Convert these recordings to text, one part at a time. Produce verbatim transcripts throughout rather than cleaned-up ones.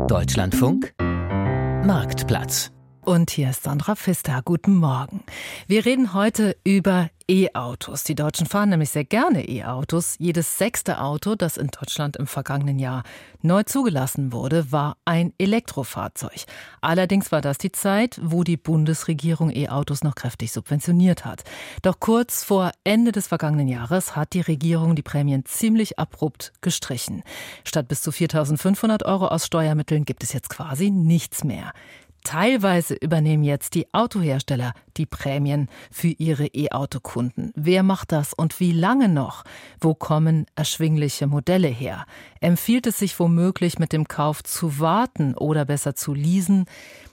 Deutschlandfunk Marktplatz. Und hier ist Sandra Pfister. Guten Morgen. Wir reden heute über E-Autos. Die Deutschen fahren nämlich sehr gerne E-Autos. Jedes sechste Auto, das in Deutschland im vergangenen Jahr neu zugelassen wurde, war ein Elektrofahrzeug. Allerdings war das die Zeit, wo die Bundesregierung E-Autos noch kräftig subventioniert hat. Doch kurz vor Ende des vergangenen Jahres hat die Regierung die Prämien ziemlich abrupt gestrichen. Statt bis zu viertausendfünfhundert Euro aus Steuermitteln gibt es jetzt quasi nichts mehr. Teilweise übernehmen jetzt die Autohersteller die Prämien für ihre E-Auto-Kunden. Wer macht das und wie lange noch? Wo kommen erschwingliche Modelle her? Empfiehlt es sich womöglich, mit dem Kauf zu warten oder besser zu leasen?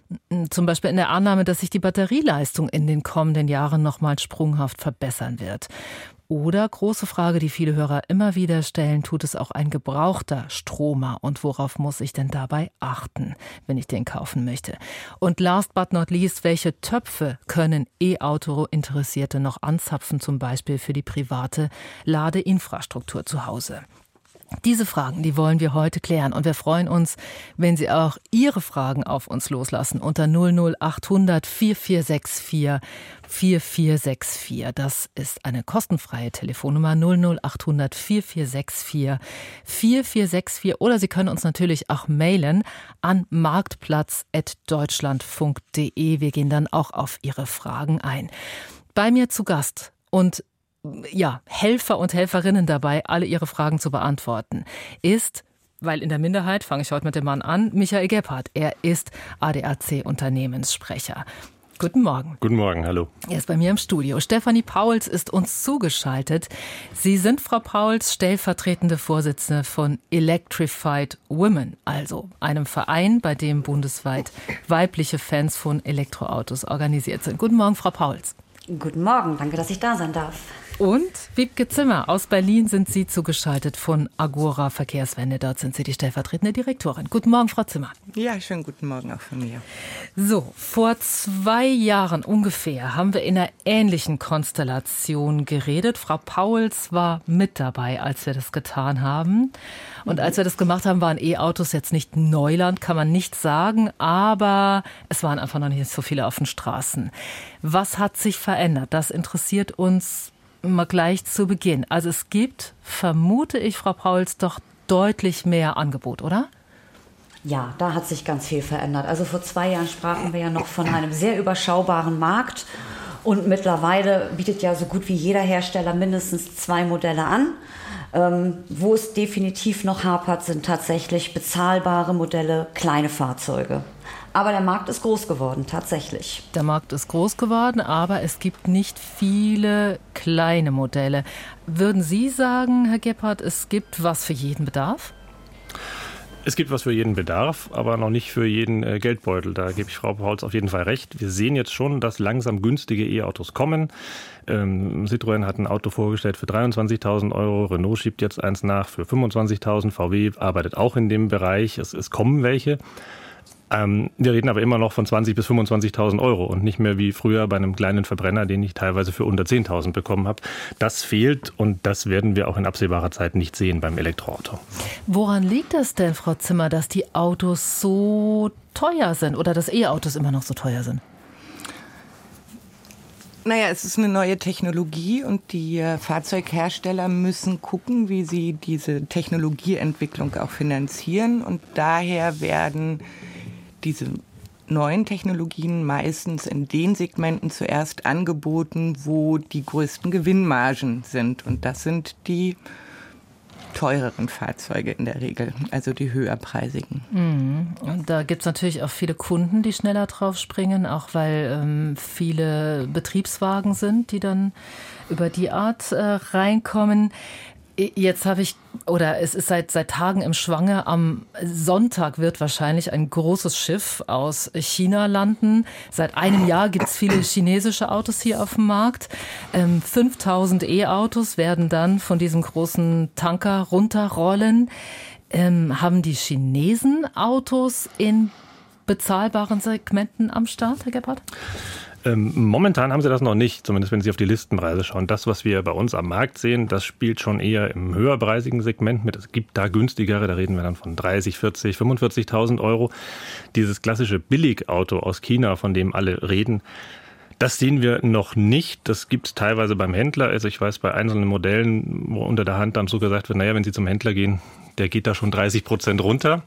Zum Beispiel in der Annahme, dass sich die Batterieleistung in den kommenden Jahren nochmal sprunghaft verbessern wird. Oder, große Frage, die viele Hörer immer wieder stellen, tut es auch ein gebrauchter Stromer? Und worauf muss ich denn dabei achten, wenn ich den kaufen möchte? Und last but not least, welche Töpfe können E-Auto-Interessierte noch anzapfen, zum Beispiel für die private Ladeinfrastruktur zu Hause? Diese Fragen, die wollen wir heute klären und wir freuen uns, wenn Sie auch Ihre Fragen auf uns loslassen unter null null achthundert vier vier sechs vier vier vier sechs vier. Das ist eine kostenfreie Telefonnummer null null achthundert vier vier sechs vier vier vier sechs vier oder Sie können uns natürlich auch mailen an marktplatz at deutschlandfunk punkt de. Wir gehen dann auch auf Ihre Fragen ein. Bei mir zu Gast und ja, Helfer und Helferinnen dabei, alle Ihre Fragen zu beantworten, ist, weil in der Minderheit, fange ich heute mit dem Mann an, Michael Gebhardt. Er ist A D A C-Unternehmenssprecher. Guten Morgen. Guten Morgen, hallo. Er ist bei mir im Studio. Stefanie Pauls ist uns zugeschaltet. Sie sind, Frau Pauls, stellvertretende Vorsitzende von Electrified Women, also einem Verein, bei dem bundesweit weibliche Fans von Elektroautos organisiert sind. Guten Morgen, Frau Pauls. Guten Morgen, danke, dass ich da sein darf. Und Wiebke Zimmer aus Berlin sind Sie zugeschaltet von Agora Verkehrswende. Dort sind Sie die stellvertretende Direktorin. Guten Morgen, Frau Zimmer. Ja, schönen guten Morgen auch von mir. So, vor zwei Jahren ungefähr haben wir in einer ähnlichen Konstellation geredet. Frau Pauls war mit dabei, als wir das getan haben. Und als wir das gemacht haben, waren E-Autos jetzt nicht Neuland, kann man nicht sagen, aber es waren einfach noch nicht so viele auf den Straßen. Was hat sich verändert? Das interessiert uns mal gleich zu Beginn. Also es gibt, vermute ich, Frau Pauls, doch deutlich mehr Angebot, oder? Ja, da hat sich ganz viel verändert. Also vor zwei Jahren sprachen wir ja noch von einem sehr überschaubaren Markt. Und mittlerweile bietet ja so gut wie jeder Hersteller mindestens zwei Modelle an. Ähm, wo es definitiv noch hapert, sind tatsächlich bezahlbare Modelle, kleine Fahrzeuge. Aber der Markt ist groß geworden, tatsächlich. Der Markt ist groß geworden, aber es gibt nicht viele kleine Modelle. Würden Sie sagen, Herr Gebhardt, es gibt was für jeden Bedarf? Es gibt was für jeden Bedarf, aber noch nicht für jeden äh, Geldbeutel. Da gebe ich Frau Pauls auf jeden Fall recht. Wir sehen jetzt schon, dass langsam günstige E-Autos kommen. Ähm, Citroën hat ein Auto vorgestellt für dreiundzwanzigtausend Euro. Renault schiebt jetzt eins nach für fünfundzwanzigtausend. V W arbeitet auch in dem Bereich. Es, es kommen welche. Ähm, wir reden aber immer noch von zwanzigtausend bis fünfundzwanzigtausend Euro und nicht mehr wie früher bei einem kleinen Verbrenner, den ich teilweise für unter zehntausend bekommen habe. Das fehlt und das werden wir auch in absehbarer Zeit nicht sehen beim Elektroauto. Woran liegt das denn, Frau Zimmer, dass die Autos so teuer sind oder dass E-Autos immer noch so teuer sind? Naja, es ist eine neue Technologie und die äh, Fahrzeughersteller müssen gucken, wie sie diese Technologieentwicklung auch finanzieren. Und daher werden diese neuen Technologien meistens in den Segmenten zuerst angeboten, wo die größten Gewinnmargen sind. Und das sind die teureren Fahrzeuge in der Regel, also die höherpreisigen. Mhm. Und da gibt es natürlich auch viele Kunden, die schneller drauf springen, auch weil ähm, viele Betriebswagen sind, die dann über die Art äh, reinkommen. Jetzt habe ich, oder es ist seit, seit Tagen im Schwange, am Sonntag wird wahrscheinlich ein großes Schiff aus China landen. Seit einem Jahr gibt es viele chinesische Autos hier auf dem Markt. Ähm, fünftausend E-Autos werden dann von diesem großen Tanker runterrollen. Ähm, haben die Chinesen Autos in bezahlbaren Segmenten am Start, Herr Gebhardt? Ähm, momentan haben sie das noch nicht, zumindest wenn Sie auf die Listenpreise schauen. Das, was wir bei uns am Markt sehen, das spielt schon eher im höherpreisigen Segment mit. Es gibt da günstigere, da reden wir dann von dreißig, vierzig, fünfundvierzigtausend Euro. Dieses klassische Billigauto aus China, von dem alle reden, das sehen wir noch nicht. Das gibt es teilweise beim Händler. Also ich weiß, bei einzelnen Modellen, wo unter der Hand dann so gesagt wird, naja, wenn Sie zum Händler gehen, der geht da schon dreißig Prozent runter.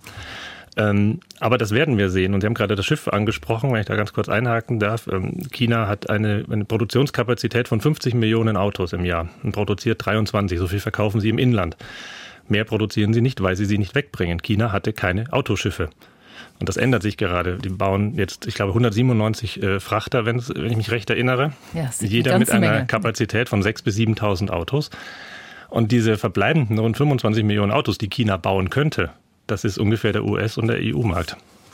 Ähm, aber das werden wir sehen. Und Sie haben gerade das Schiff angesprochen, wenn ich da ganz kurz einhaken darf. Ähm, China hat eine, eine Produktionskapazität von fünfzig Millionen Autos im Jahr und produziert dreiundzwanzig. So viel verkaufen sie im Inland. Mehr produzieren sie nicht, weil sie sie nicht wegbringen. China hatte keine Autoschiffe. Und das ändert sich gerade. Die bauen jetzt, ich glaube, hundertsiebenundneunzig äh, Frachter, wenn ich mich recht erinnere. Ja, jeder mit einer Menge. Kapazität von sechstausend bis siebentausend Autos. Und diese verbleibenden rund fünfundzwanzig Millionen Autos, die China bauen könnte, das ist ungefähr der U S- und der E U-Markt.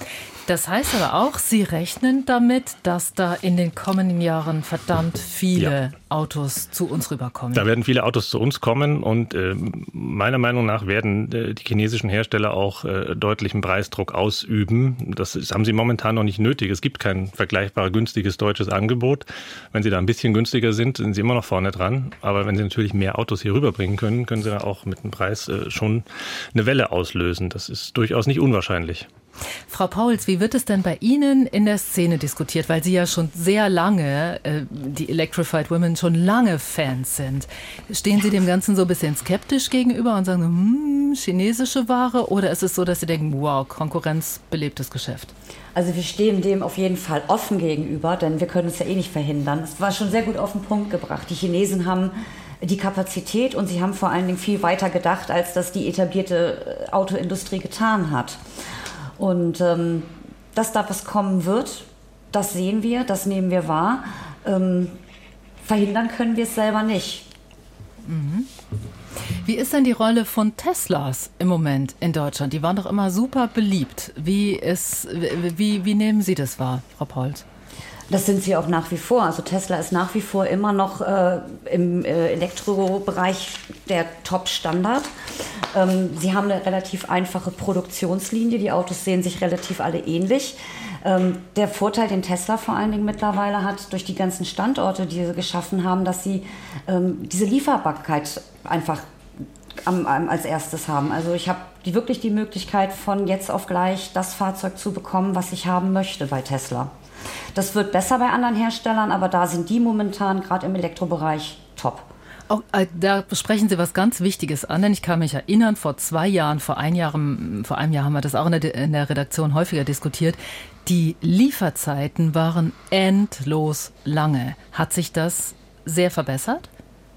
Das heißt aber auch, Sie rechnen damit, dass da in den kommenden Jahren verdammt viele ja. Autos zu uns rüberkommen. Da werden viele Autos zu uns kommen und äh, meiner Meinung nach werden äh, die chinesischen Hersteller auch äh, deutlichen Preisdruck ausüben. Das, das haben sie momentan noch nicht nötig. Es gibt kein vergleichbar günstiges deutsches Angebot. Wenn sie da ein bisschen günstiger sind, sind sie immer noch vorne dran. Aber wenn sie natürlich mehr Autos hier rüberbringen können, können sie da auch mit dem Preis äh, schon eine Welle auslösen. Das ist durchaus nicht unwahrscheinlich. Frau Pauls, wie wird es denn bei Ihnen in der Szene diskutiert? Weil Sie ja schon sehr lange, äh, die Electrified Women, schon lange Fans sind. Stehen Sie dem Ganzen so ein bisschen skeptisch gegenüber und sagen, hm, chinesische Ware? Oder ist es so, dass Sie denken, wow, Konkurrenz belebt das Geschäft? Also wir stehen dem auf jeden Fall offen gegenüber, denn wir können es ja eh nicht verhindern. Es war schon sehr gut auf den Punkt gebracht. Die Chinesen haben die Kapazität und sie haben vor allen Dingen viel weiter gedacht, als das die etablierte Autoindustrie getan hat. Und ähm, dass da was kommen wird, das sehen wir, das nehmen wir wahr. Ähm, verhindern können wir es selber nicht. Mhm. Wie ist denn die Rolle von Teslas im Moment in Deutschland? Die waren doch immer super beliebt. Wie, ist, wie, wie nehmen Sie das wahr, Frau Pauls? Das sind sie auch nach wie vor. Also Tesla ist nach wie vor immer noch äh, im äh, Elektrobereich der Top-Standard. Ähm, sie haben eine relativ einfache Produktionslinie. Die Autos sehen sich relativ alle ähnlich. Ähm, der Vorteil, den Tesla vor allen Dingen mittlerweile hat, durch die ganzen Standorte, die sie geschaffen haben, dass sie ähm, diese Lieferbarkeit einfach am, am, als erstes haben. Also ich habe die, wirklich die Möglichkeit, von jetzt auf gleich das Fahrzeug zu bekommen, was ich haben möchte bei Tesla. Das wird besser bei anderen Herstellern, aber da sind die momentan gerade im Elektrobereich top. Oh, da sprechen Sie was ganz Wichtiges an, denn ich kann mich erinnern, vor zwei Jahren, vor ein Jahr, vor einem Jahr haben wir das auch in der, in der Redaktion häufiger diskutiert, die Lieferzeiten waren endlos lange. Hat sich das sehr verbessert?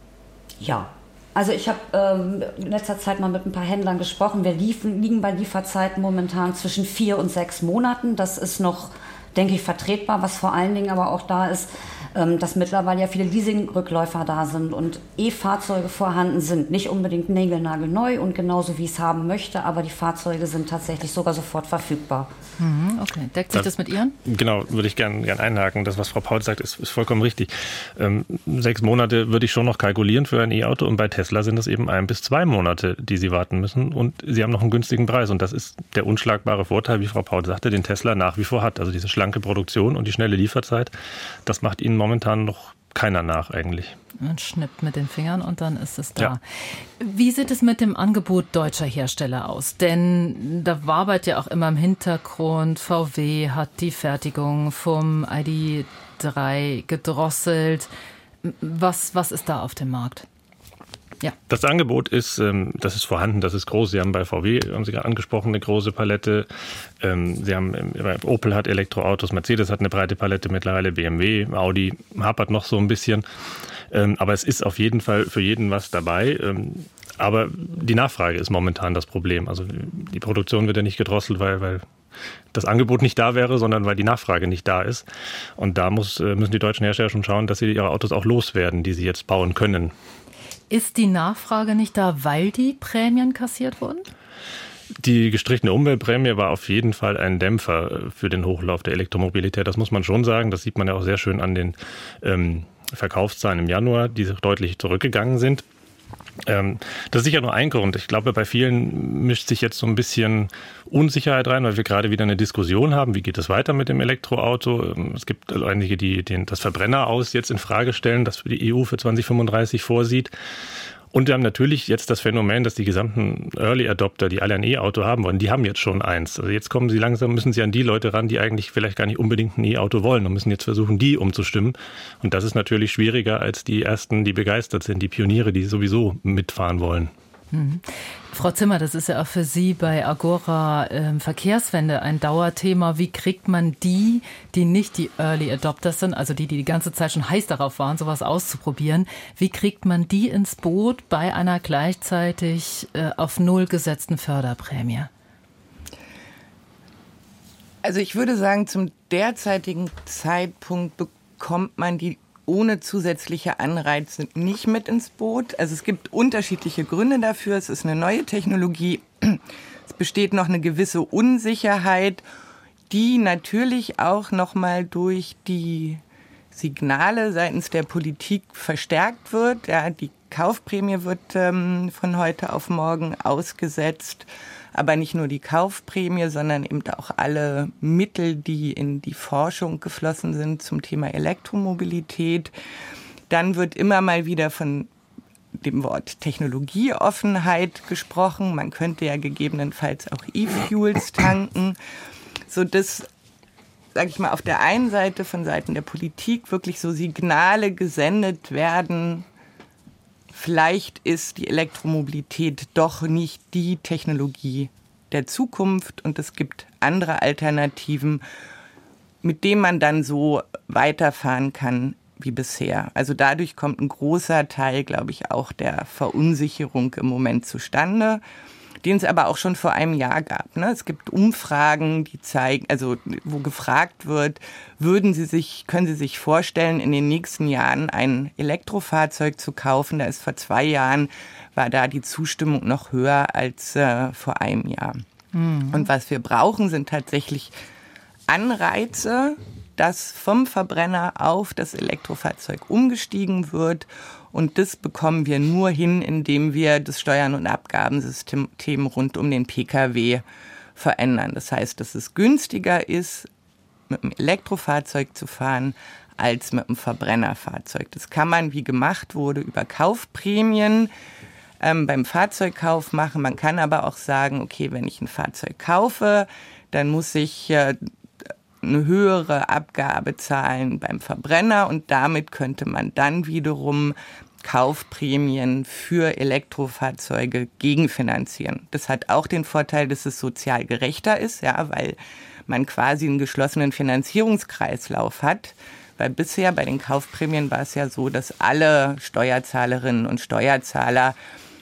Ja. Also ich habe ähm, in letzter Zeit mal mit ein paar Händlern gesprochen. Wir liefen, liegen bei Lieferzeiten momentan zwischen vier und sechs Monaten. Das ist noch, denke ich, vertretbar, was vor allen Dingen aber auch da ist, ähm, dass mittlerweile ja viele Leasingrückläufer da sind und E-Fahrzeuge vorhanden sind. Nicht unbedingt niegelnagelneu und genauso wie ich es haben möchte, aber die Fahrzeuge sind tatsächlich sogar sofort verfügbar. Mhm, okay. Deckt sich das, das mit Ihren? Genau, würde ich gerne gern einhaken. Das, was Frau Paul sagt, ist, ist vollkommen richtig. Ähm, sechs Monate würde ich schon noch kalkulieren für ein E-Auto und bei Tesla sind es eben ein bis zwei Monate, die Sie warten müssen und Sie haben noch einen günstigen Preis und das ist der unschlagbare Vorteil, wie Frau Paul sagte, den Tesla nach wie vor hat. Also diese schlanke Produktion und die schnelle Lieferzeit, das macht Ihnen momentan noch keiner nach eigentlich. Man schnippt mit den Fingern und dann ist es da. Ja. Wie sieht es mit dem Angebot deutscher Hersteller aus? Denn da wabert ja auch immer im Hintergrund, V W hat die Fertigung vom I D drei gedrosselt. Was, was ist da auf dem Markt? Ja. Das Angebot ist, das ist vorhanden, das ist groß. Sie haben bei V W, haben Sie gerade angesprochen, eine große Palette. Sie haben, Opel hat Elektroautos, Mercedes hat eine breite Palette mittlerweile, B M W, Audi hapert noch so ein bisschen. Aber es ist auf jeden Fall für jeden was dabei. Aber die Nachfrage ist momentan das Problem. Also die Produktion wird ja nicht gedrosselt, weil, weil das Angebot nicht da wäre, sondern weil die Nachfrage nicht da ist. Und da muss, müssen die deutschen Hersteller schon schauen, dass sie ihre Autos auch loswerden, die sie jetzt bauen können. Ist die Nachfrage nicht da, weil die Prämien kassiert wurden? Die gestrichene Umweltprämie war auf jeden Fall ein Dämpfer für den Hochlauf der Elektromobilität. Das muss man schon sagen. Das sieht man ja auch sehr schön an den ähm, Verkaufszahlen im Januar, die deutlich zurückgegangen sind. Ähm, das ist sicher nur ein Grund. Ich glaube, bei vielen mischt sich jetzt so ein bisschen Unsicherheit rein, weil wir gerade wieder eine Diskussion haben, wie geht es weiter mit dem Elektroauto. Es gibt einige, die den, das Verbrenner aus jetzt in Frage stellen, das die E U für zwanzig fünfunddreißig vorsieht. Und wir haben natürlich jetzt das Phänomen, dass die gesamten Early Adopter, die alle ein E-Auto haben wollen, die haben jetzt schon eins. Also jetzt kommen sie langsam, müssen sie an die Leute ran, die eigentlich vielleicht gar nicht unbedingt ein E-Auto wollen und müssen jetzt versuchen, die umzustimmen. Und das ist natürlich schwieriger als die Ersten, die begeistert sind, die Pioniere, die sowieso mitfahren wollen. Mhm. Frau Zimmer, das ist ja auch für Sie bei Agora äh, Verkehrswende ein Dauerthema. Wie kriegt man die, die nicht die Early Adopters sind, also die, die die ganze Zeit schon heiß darauf waren, sowas auszuprobieren, wie kriegt man die ins Boot bei einer gleichzeitig äh, auf Null gesetzten Förderprämie? Also ich würde sagen, zum derzeitigen Zeitpunkt bekommt man die ohne zusätzliche Anreize nicht mit ins Boot. Also es gibt unterschiedliche Gründe dafür. Es ist eine neue Technologie. Es besteht noch eine gewisse Unsicherheit, die natürlich auch noch mal durch die Signale seitens der Politik verstärkt wird. Ja, die Kaufprämie wird ähm, von heute auf morgen ausgesetzt. Aber nicht nur die Kaufprämie, sondern eben auch alle Mittel, die in die Forschung geflossen sind zum Thema Elektromobilität. Dann wird immer mal wieder von dem Wort Technologieoffenheit gesprochen. Man könnte ja gegebenenfalls auch E-Fuels tanken, sodass, sage ich mal, auf der einen Seite von Seiten der Politik wirklich so Signale gesendet werden, vielleicht ist die Elektromobilität doch nicht die Technologie der Zukunft und es gibt andere Alternativen, mit denen man dann so weiterfahren kann wie bisher. Also dadurch kommt ein großer Teil, glaube ich, auch der Verunsicherung im Moment zustande, den es aber auch schon vor einem Jahr gab. Ne? Es gibt Umfragen, die zeigen, also wo gefragt wird, würden Sie sich, können Sie sich vorstellen, in den nächsten Jahren ein Elektrofahrzeug zu kaufen? Da ist vor zwei Jahren, war da die Zustimmung noch höher als äh, vor einem Jahr. Mhm. Und was wir brauchen, sind tatsächlich Anreize, dass vom Verbrenner auf das Elektrofahrzeug umgestiegen wird. Und das bekommen wir nur hin, indem wir das Steuern- und Abgabensystem rund um den Pkw verändern. Das heißt, dass es günstiger ist, mit einem Elektrofahrzeug zu fahren, als mit einem Verbrennerfahrzeug. Das kann man, wie gemacht wurde, über Kaufprämien ähm, beim Fahrzeugkauf machen. Man kann aber auch sagen, okay, wenn ich ein Fahrzeug kaufe, dann muss ich äh, eine höhere Abgabe zahlen beim Verbrenner und damit könnte man dann wiederum Kaufprämien für Elektrofahrzeuge gegenfinanzieren. Das hat auch den Vorteil, dass es sozial gerechter ist, ja, weil man quasi einen geschlossenen Finanzierungskreislauf hat. Weil bisher bei den Kaufprämien war es ja so, dass alle Steuerzahlerinnen und Steuerzahler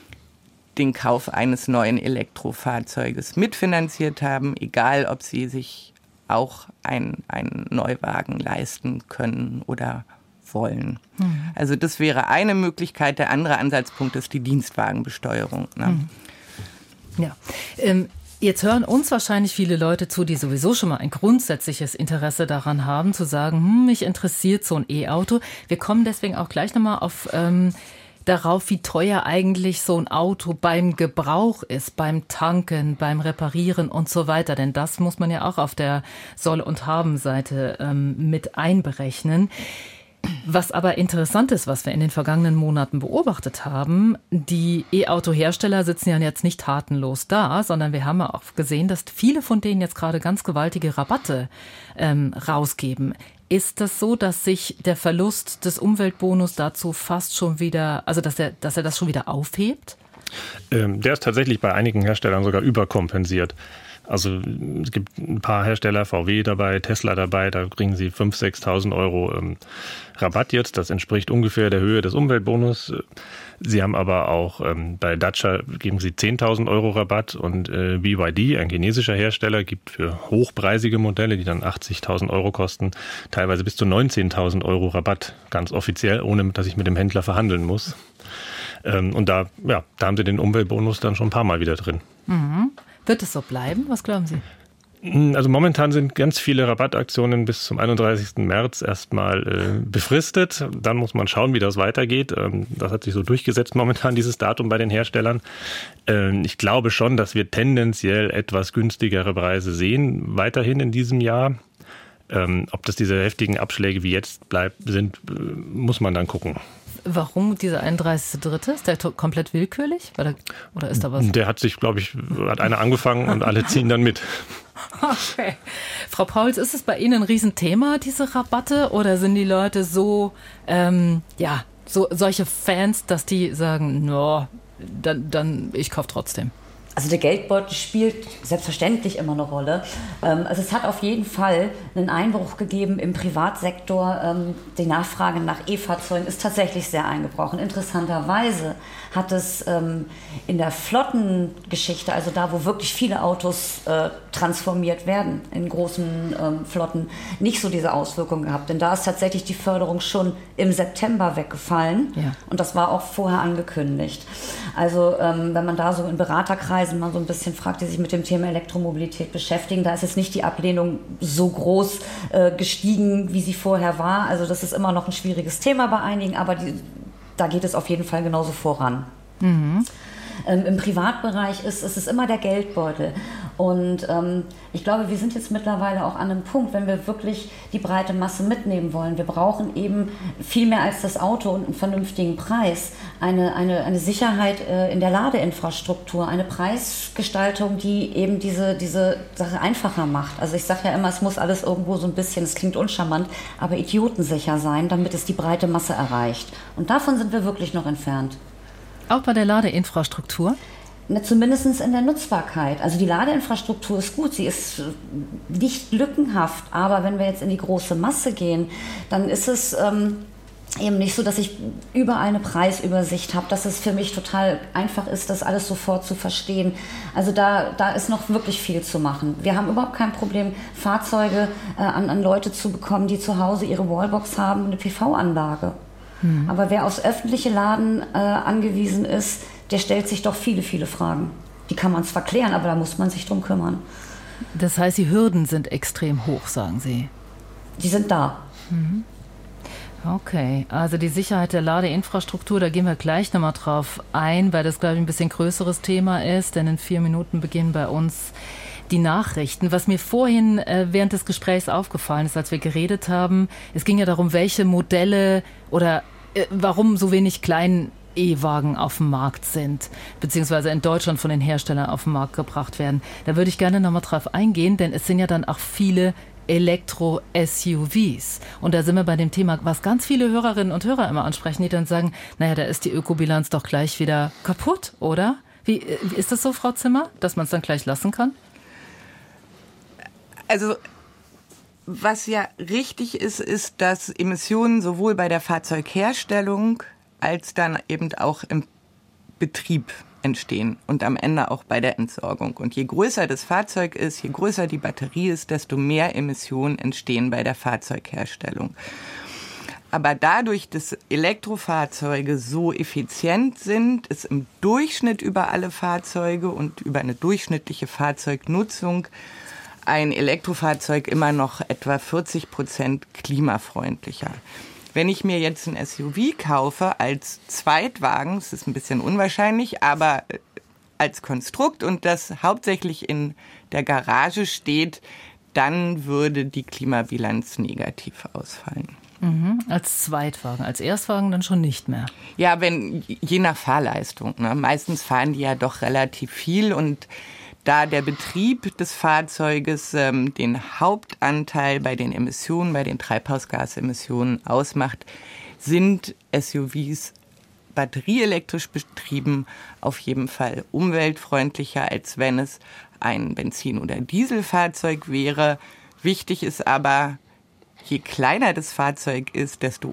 den Kauf eines neuen Elektrofahrzeuges mitfinanziert haben, egal ob sie sich auch einen, einen Neuwagen leisten können oder wollen. Mhm. Also das wäre eine Möglichkeit. Der andere Ansatzpunkt ist die Dienstwagenbesteuerung. Ne? Mhm. Ja, ähm, jetzt hören uns wahrscheinlich viele Leute zu, die sowieso schon mal ein grundsätzliches Interesse daran haben, zu sagen, hm, mich interessiert so ein E-Auto. Wir kommen deswegen auch gleich nochmal auf ähm, darauf, wie teuer eigentlich so ein Auto beim Gebrauch ist, beim Tanken, beim Reparieren und so weiter. Denn das muss man ja auch auf der Soll- und Haben-Seite ähm, mit einberechnen. Was aber interessant ist, was wir in den vergangenen Monaten beobachtet haben, die E-Auto-Hersteller sitzen ja jetzt nicht tatenlos da, sondern wir haben ja auch gesehen, dass viele von denen jetzt gerade ganz gewaltige Rabatte ähm, rausgeben. Ist das so, dass sich der Verlust des Umweltbonus dazu fast schon wieder, also dass er, dass er das schon wieder aufhebt? Ähm, der ist tatsächlich bei einigen Herstellern sogar überkompensiert. Also es gibt ein paar Hersteller, V W dabei, Tesla dabei, da kriegen sie fünftausend, sechstausend Euro ähm, Rabatt jetzt. Das entspricht ungefähr der Höhe des Umweltbonus. Sie haben aber auch ähm, bei Dacia geben sie zehntausend Euro Rabatt und äh, B Y D, ein chinesischer Hersteller, gibt für hochpreisige Modelle, die dann achtzigtausend Euro kosten, teilweise bis zu neunzehntausend Euro Rabatt, ganz offiziell, ohne dass ich mit dem Händler verhandeln muss. Ähm, und da, ja, da haben sie den Umweltbonus dann schon ein paar Mal wieder drin. Mhm. Wird es so bleiben? Was glauben Sie? Also momentan sind ganz viele Rabattaktionen bis zum einunddreißigsten März erstmal äh, befristet. Dann muss man schauen, wie das weitergeht. Ähm, das hat sich so durchgesetzt momentan, dieses Datum bei den Herstellern. Ähm, ich glaube schon, dass wir tendenziell etwas günstigere Preise sehen, weiterhin in diesem Jahr. Ähm, ob das diese heftigen Abschläge wie jetzt bleibt, sind, äh, muss man dann gucken. Warum dieser einunddreißigste dritte? Ist der komplett willkürlich? Oder, oder ist da was? Der hat sich, glaube ich, hat einer angefangen und alle ziehen dann mit. Okay. Frau Pauls, ist es bei Ihnen ein Riesenthema, diese Rabatte? Oder sind die Leute so, ähm, ja, so solche Fans, dass die sagen, no, dann, dann ich kaufe trotzdem? Also der Geldbeutel spielt selbstverständlich immer eine Rolle. Also es hat auf jeden Fall einen Einbruch gegeben im Privatsektor. Die Nachfrage nach E-Fahrzeugen ist tatsächlich sehr eingebrochen. Interessanterweise hat es in der Flottengeschichte, also da, wo wirklich viele Autos transformiert werden, in großen Flotten, nicht so diese Auswirkungen gehabt. Denn da ist tatsächlich die Förderung schon im September weggefallen. Ja. Und das war auch vorher angekündigt. Also wenn man da so in Beraterkreisen mal so ein bisschen fragt, die sich mit dem Thema Elektromobilität beschäftigen, da ist jetzt nicht die Ablehnung so groß äh, gestiegen, wie sie vorher war. Also das ist immer noch ein schwieriges Thema bei einigen, aber die, da geht es auf jeden Fall genauso voran. Mhm. Ähm, Im Privatbereich ist, ist es immer der Geldbeutel. Und ähm, ich glaube, wir sind jetzt mittlerweile auch an einem Punkt, wenn wir wirklich die breite Masse mitnehmen wollen. Wir brauchen eben viel mehr als das Auto und einen vernünftigen Preis. Eine, eine, eine Sicherheit äh, in der Ladeinfrastruktur, eine Preisgestaltung, die eben diese, diese Sache einfacher macht. Also ich sage ja immer, es muss alles irgendwo so ein bisschen, es klingt uncharmant, aber idiotensicher sein, damit es die breite Masse erreicht. Und davon sind wir wirklich noch entfernt. Auch bei der Ladeinfrastruktur? Na, zumindest in der Nutzbarkeit. Also die Ladeinfrastruktur ist gut, sie ist nicht lückenhaft, aber wenn wir jetzt in die große Masse gehen, dann ist es ähm, eben nicht so, dass ich überall eine Preisübersicht habe, dass es für mich total einfach ist, das alles sofort zu verstehen. Also da, da ist noch wirklich viel zu machen. Wir haben überhaupt kein Problem, Fahrzeuge äh, an, an Leute zu bekommen, die zu Hause ihre Wallbox haben und eine P V-Anlage. Hm. Aber wer aufs öffentliche Laden äh, angewiesen ist, der stellt sich doch viele, viele Fragen. Die kann man zwar klären, aber da muss man sich drum kümmern. Das heißt, die Hürden sind extrem hoch, sagen Sie? Die sind da. Mhm. Okay, also die Sicherheit der Ladeinfrastruktur, da gehen wir gleich nochmal drauf ein, weil das, glaube ich, ein bisschen größeres Thema ist, denn in vier Minuten beginnen bei uns die Nachrichten. Was mir vorhin äh, während des Gesprächs aufgefallen ist, als wir geredet haben, es ging ja darum, welche Modelle oder äh, warum so wenig kleinen E-Wagen auf dem Markt sind, beziehungsweise in Deutschland von den Herstellern auf den Markt gebracht werden. Da würde ich gerne nochmal drauf eingehen, denn es sind ja dann auch viele Elektro-S U Vs. Und da sind wir bei dem Thema, was ganz viele Hörerinnen und Hörer immer ansprechen, die dann sagen, naja, da ist die Ökobilanz doch gleich wieder kaputt, oder? Wie, wie ist das so, Frau Zimmer, dass man es dann gleich lassen kann? Also was ja richtig ist, ist, dass Emissionen sowohl bei der Fahrzeugherstellung als dann eben auch im Betrieb entstehen und am Ende auch bei der Entsorgung. Und je größer das Fahrzeug ist, je größer die Batterie ist, desto mehr Emissionen entstehen bei der Fahrzeugherstellung. Aber dadurch, dass Elektrofahrzeuge so effizient sind, ist im Durchschnitt über alle Fahrzeuge und über eine durchschnittliche Fahrzeugnutzung ein Elektrofahrzeug immer noch etwa vierzig Prozent klimafreundlicher. Wenn ich mir jetzt ein S U V kaufe als Zweitwagen, das ist ein bisschen unwahrscheinlich, aber als Konstrukt und das hauptsächlich in der Garage steht, dann würde die Klimabilanz negativ ausfallen. Mhm, als Zweitwagen, als Erstwagen dann schon nicht mehr? Ja, wenn je nach Fahrleistung. Ne? Meistens fahren die ja doch relativ viel und da der Betrieb des Fahrzeuges ähm, den Hauptanteil bei den Emissionen, bei den Treibhausgasemissionen ausmacht, sind S U Vs batterieelektrisch betrieben auf jeden Fall umweltfreundlicher, als wenn es ein Benzin- oder Dieselfahrzeug wäre. Wichtig ist aber, je kleiner das Fahrzeug ist, desto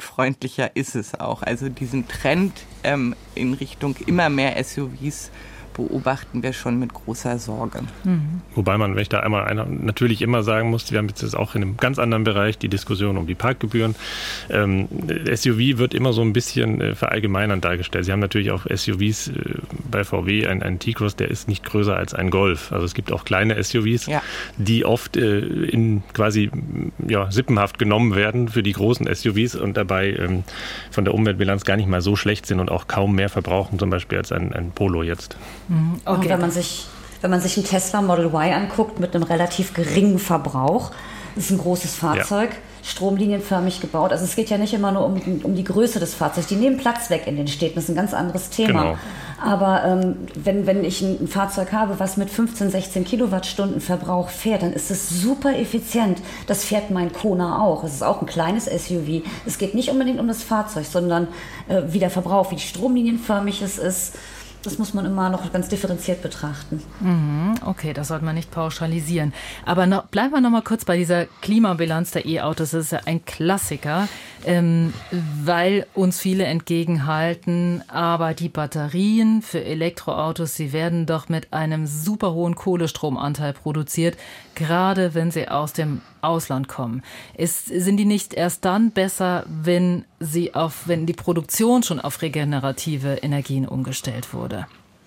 umweltfreundlicher ist es auch. Also diesen Trend ähm, in Richtung immer mehr S U Vs beobachten wir schon mit großer Sorge. Mhm. Wobei man, wenn ich da einmal einer, natürlich immer sagen muss, wir haben jetzt auch in einem ganz anderen Bereich die Diskussion um die Parkgebühren. Ähm, S U V wird immer so ein bisschen äh, verallgemeinernd dargestellt. Sie haben natürlich auch S U Vs äh, bei V W, ein, ein T-Cross, der ist nicht größer als ein Golf. Also es gibt auch kleine S U Vs, ja. die oft äh, in quasi ja, sippenhaft genommen werden für die großen S U Vs und dabei ähm, von der Umweltbilanz gar nicht mal so schlecht sind und auch kaum mehr verbrauchen, zum Beispiel als ein, ein Polo jetzt. Okay. Und wenn man sich, wenn man sich einen Tesla Model Y anguckt mit einem relativ geringen Verbrauch, das ist ein großes Fahrzeug, ja. stromlinienförmig gebaut. Also es geht ja nicht immer nur um, um die Größe des Fahrzeugs. Die nehmen Platz weg in den Städten. Das ist ein ganz anderes Thema. Genau. Aber ähm, wenn, wenn ich ein, ein Fahrzeug habe, was mit fünfzehn, sechzehn Kilowattstunden Verbrauch fährt, dann ist es super effizient. Das fährt mein Kona auch. Es ist auch ein kleines S U V. Es geht nicht unbedingt um das Fahrzeug, sondern äh, wie der Verbrauch, wie stromlinienförmig es ist. Das muss man immer noch ganz differenziert betrachten. Okay, das sollte man nicht pauschalisieren. Aber noch, bleiben wir noch mal kurz bei dieser Klimabilanz der E-Autos. Das ist ja ein Klassiker, ähm, weil uns viele entgegenhalten, aber die Batterien für Elektroautos, sie werden doch mit einem super hohen Kohlestromanteil produziert, gerade wenn sie aus dem Ausland kommen. Ist, sind die nicht erst dann besser, wenn sie auf, wenn die Produktion schon auf regenerative Energien umgestellt wurde?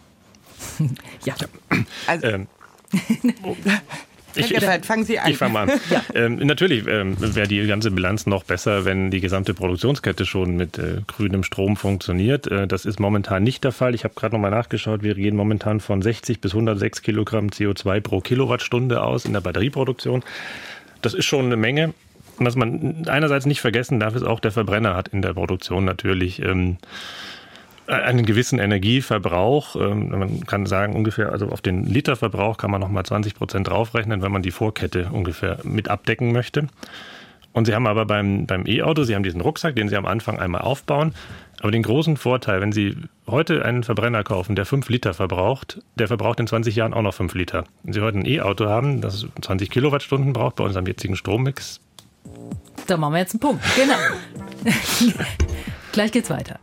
ja. Also, ähm. Ich, ich, fangen Sie an. Ich fange mal an. Ja. Ähm, natürlich ähm, wäre die ganze Bilanz noch besser, wenn die gesamte Produktionskette schon mit äh, grünem Strom funktioniert. Äh, das ist momentan nicht der Fall. Ich habe gerade noch mal nachgeschaut. Wir gehen momentan von sechzig bis hundertsechs Kilogramm C O zwei pro Kilowattstunde aus in der Batterieproduktion. Das ist schon eine Menge. Und was man einerseits nicht vergessen darf, ist auch, der Verbrenner hat in der Produktion natürlich ähm, einen gewissen Energieverbrauch. Ähm, man kann sagen, ungefähr, also auf den Literverbrauch kann man nochmal zwanzig Prozent draufrechnen, wenn man die Vorkette ungefähr mit abdecken möchte. Und Sie haben aber beim, beim E-Auto, Sie haben diesen Rucksack, den Sie am Anfang einmal aufbauen. Aber den großen Vorteil, wenn Sie heute einen Verbrenner kaufen, der fünf Liter verbraucht, der verbraucht in zwanzig Jahren auch noch fünf Liter. Wenn Sie heute ein E-Auto haben, das zwanzig Kilowattstunden braucht, bei unserem jetzigen Strommix. Da machen wir jetzt einen Punkt. Genau. Gleich geht's weiter.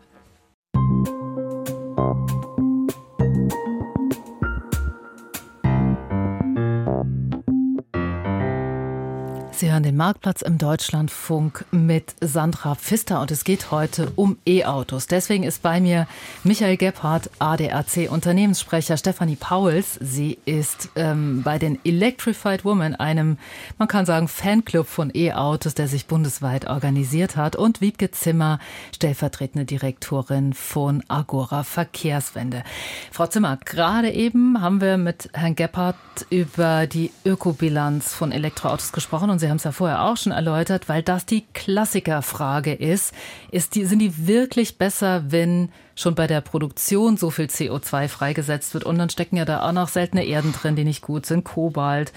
Sie hören den Marktplatz im Deutschlandfunk mit Sandra Pfister und es geht heute um E-Autos. Deswegen ist bei mir Michael Gebhardt, A D A C-Unternehmenssprecher, Stefanie Pauls. Sie ist ähm, bei den Electrified Women, einem, man kann sagen, Fanclub von E-Autos, der sich bundesweit organisiert hat. Und Wiebke Zimmer, stellvertretende Direktorin von Agora Verkehrswende. Frau Zimmer, gerade eben haben wir mit Herrn Gebhardt über die Ökobilanz von Elektroautos gesprochen und Sie Sie haben es ja vorher auch schon erläutert, weil das die Klassikerfrage ist. ist die, sind die wirklich besser, wenn schon bei der Produktion so viel C O zwei freigesetzt wird? Und dann stecken ja da auch noch seltene Erden drin, die nicht gut sind. Kobalt,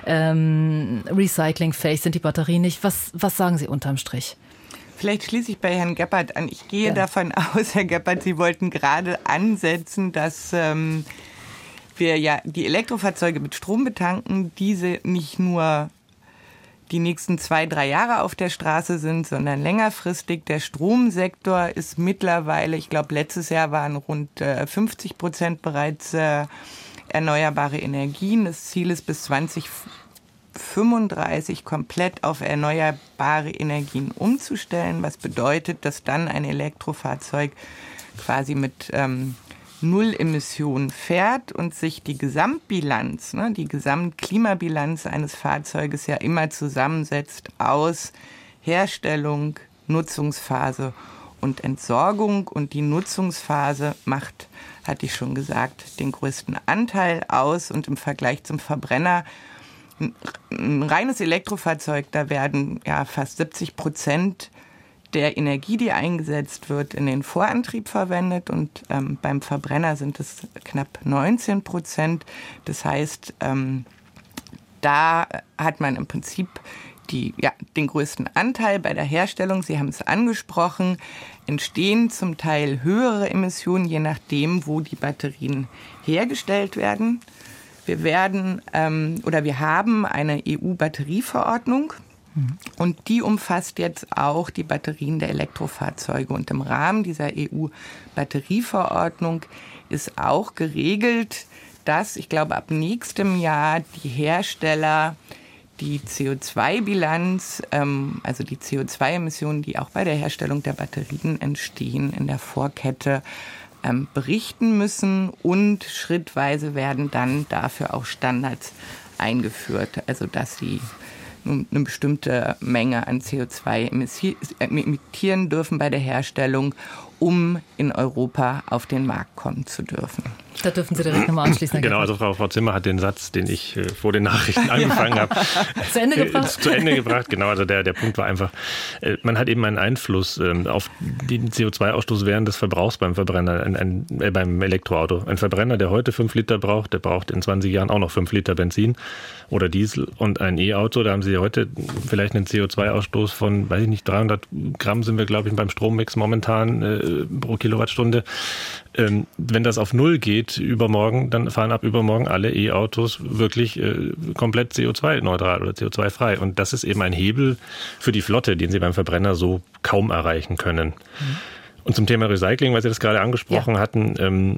ähm, recyclingfähig sind die Batterien nicht. Was, was sagen Sie unterm Strich? Vielleicht schließe ich bei Herrn Gebhardt an. Ich gehe ja. davon aus, Herr Gebhardt, Sie wollten gerade ansetzen, dass ähm, wir ja die Elektrofahrzeuge mit Strom betanken, diese nicht nur die nächsten zwei, drei Jahre auf der Straße sind, sondern längerfristig. Der Stromsektor ist mittlerweile, ich glaube, letztes Jahr waren rund äh, fünfzig Prozent bereits äh, erneuerbare Energien. Das Ziel ist bis zwanzig fünfunddreißig komplett auf erneuerbare Energien umzustellen, was bedeutet, dass dann ein Elektrofahrzeug quasi mit ähm, Null Emissionen fährt und sich die Gesamtbilanz, ne, die Gesamtklimabilanz eines Fahrzeuges ja immer zusammensetzt aus Herstellung, Nutzungsphase und Entsorgung. Und die Nutzungsphase macht, hatte ich schon gesagt, den größten Anteil aus. Und im Vergleich zum Verbrenner, ein, ein reines Elektrofahrzeug, da werden ja fast siebzig Prozent der Energie, die eingesetzt wird, in den Vorantrieb verwendet und ähm, beim Verbrenner sind es knapp neunzehn Prozent. Das heißt, ähm, da hat man im Prinzip die, ja, den größten Anteil bei der Herstellung. Sie haben es angesprochen, entstehen zum Teil höhere Emissionen, je nachdem, wo die Batterien hergestellt werden. Wir werden ähm, oder wir haben eine E U-Batterieverordnung, Und die umfasst jetzt auch die Batterien der Elektrofahrzeuge. Und im Rahmen dieser E U-Batterieverordnung ist auch geregelt, dass, ich glaube, ab nächstem Jahr die Hersteller die C O zwei Bilanz, ähm, also die C O zwei Emissionen, die auch bei der Herstellung der Batterien entstehen, in der Vorkette ähm, berichten müssen. Und schrittweise werden dann dafür auch Standards eingeführt, also dass sie eine bestimmte Menge an C O zwei emittieren dürfen bei der Herstellung, um in Europa auf den Markt kommen zu dürfen. Da dürfen Sie direkt nochmal anschließen. Genau, also Frau, Frau Zimmer hat den Satz, den ich äh, vor den Nachrichten angefangen ja. habe, zu Ende gebracht. Äh, zu Ende gebracht. Genau, also der, der Punkt war einfach, äh, man hat eben einen Einfluss äh, auf den C O zwei Ausstoß während des Verbrauchs beim Verbrenner, ein, ein, äh, beim Elektroauto. Ein Verbrenner, der heute fünf Liter braucht, der braucht in zwanzig Jahren auch noch fünf Liter Benzin oder Diesel. Und ein E-Auto, da haben Sie heute vielleicht einen C O zwei Ausstoß von, weiß ich nicht, dreihundert Gramm sind wir, glaube ich, beim Strommix momentan äh, pro Kilowattstunde. Ähm, wenn das auf Null geht übermorgen, dann fahren ab übermorgen alle E-Autos wirklich äh, komplett C O zwei neutral oder C O zwei frei. Und das ist eben ein Hebel für die Flotte, den Sie beim Verbrenner so kaum erreichen können. Mhm. Und zum Thema Recycling, weil Sie das gerade angesprochen ja. hatten, ähm,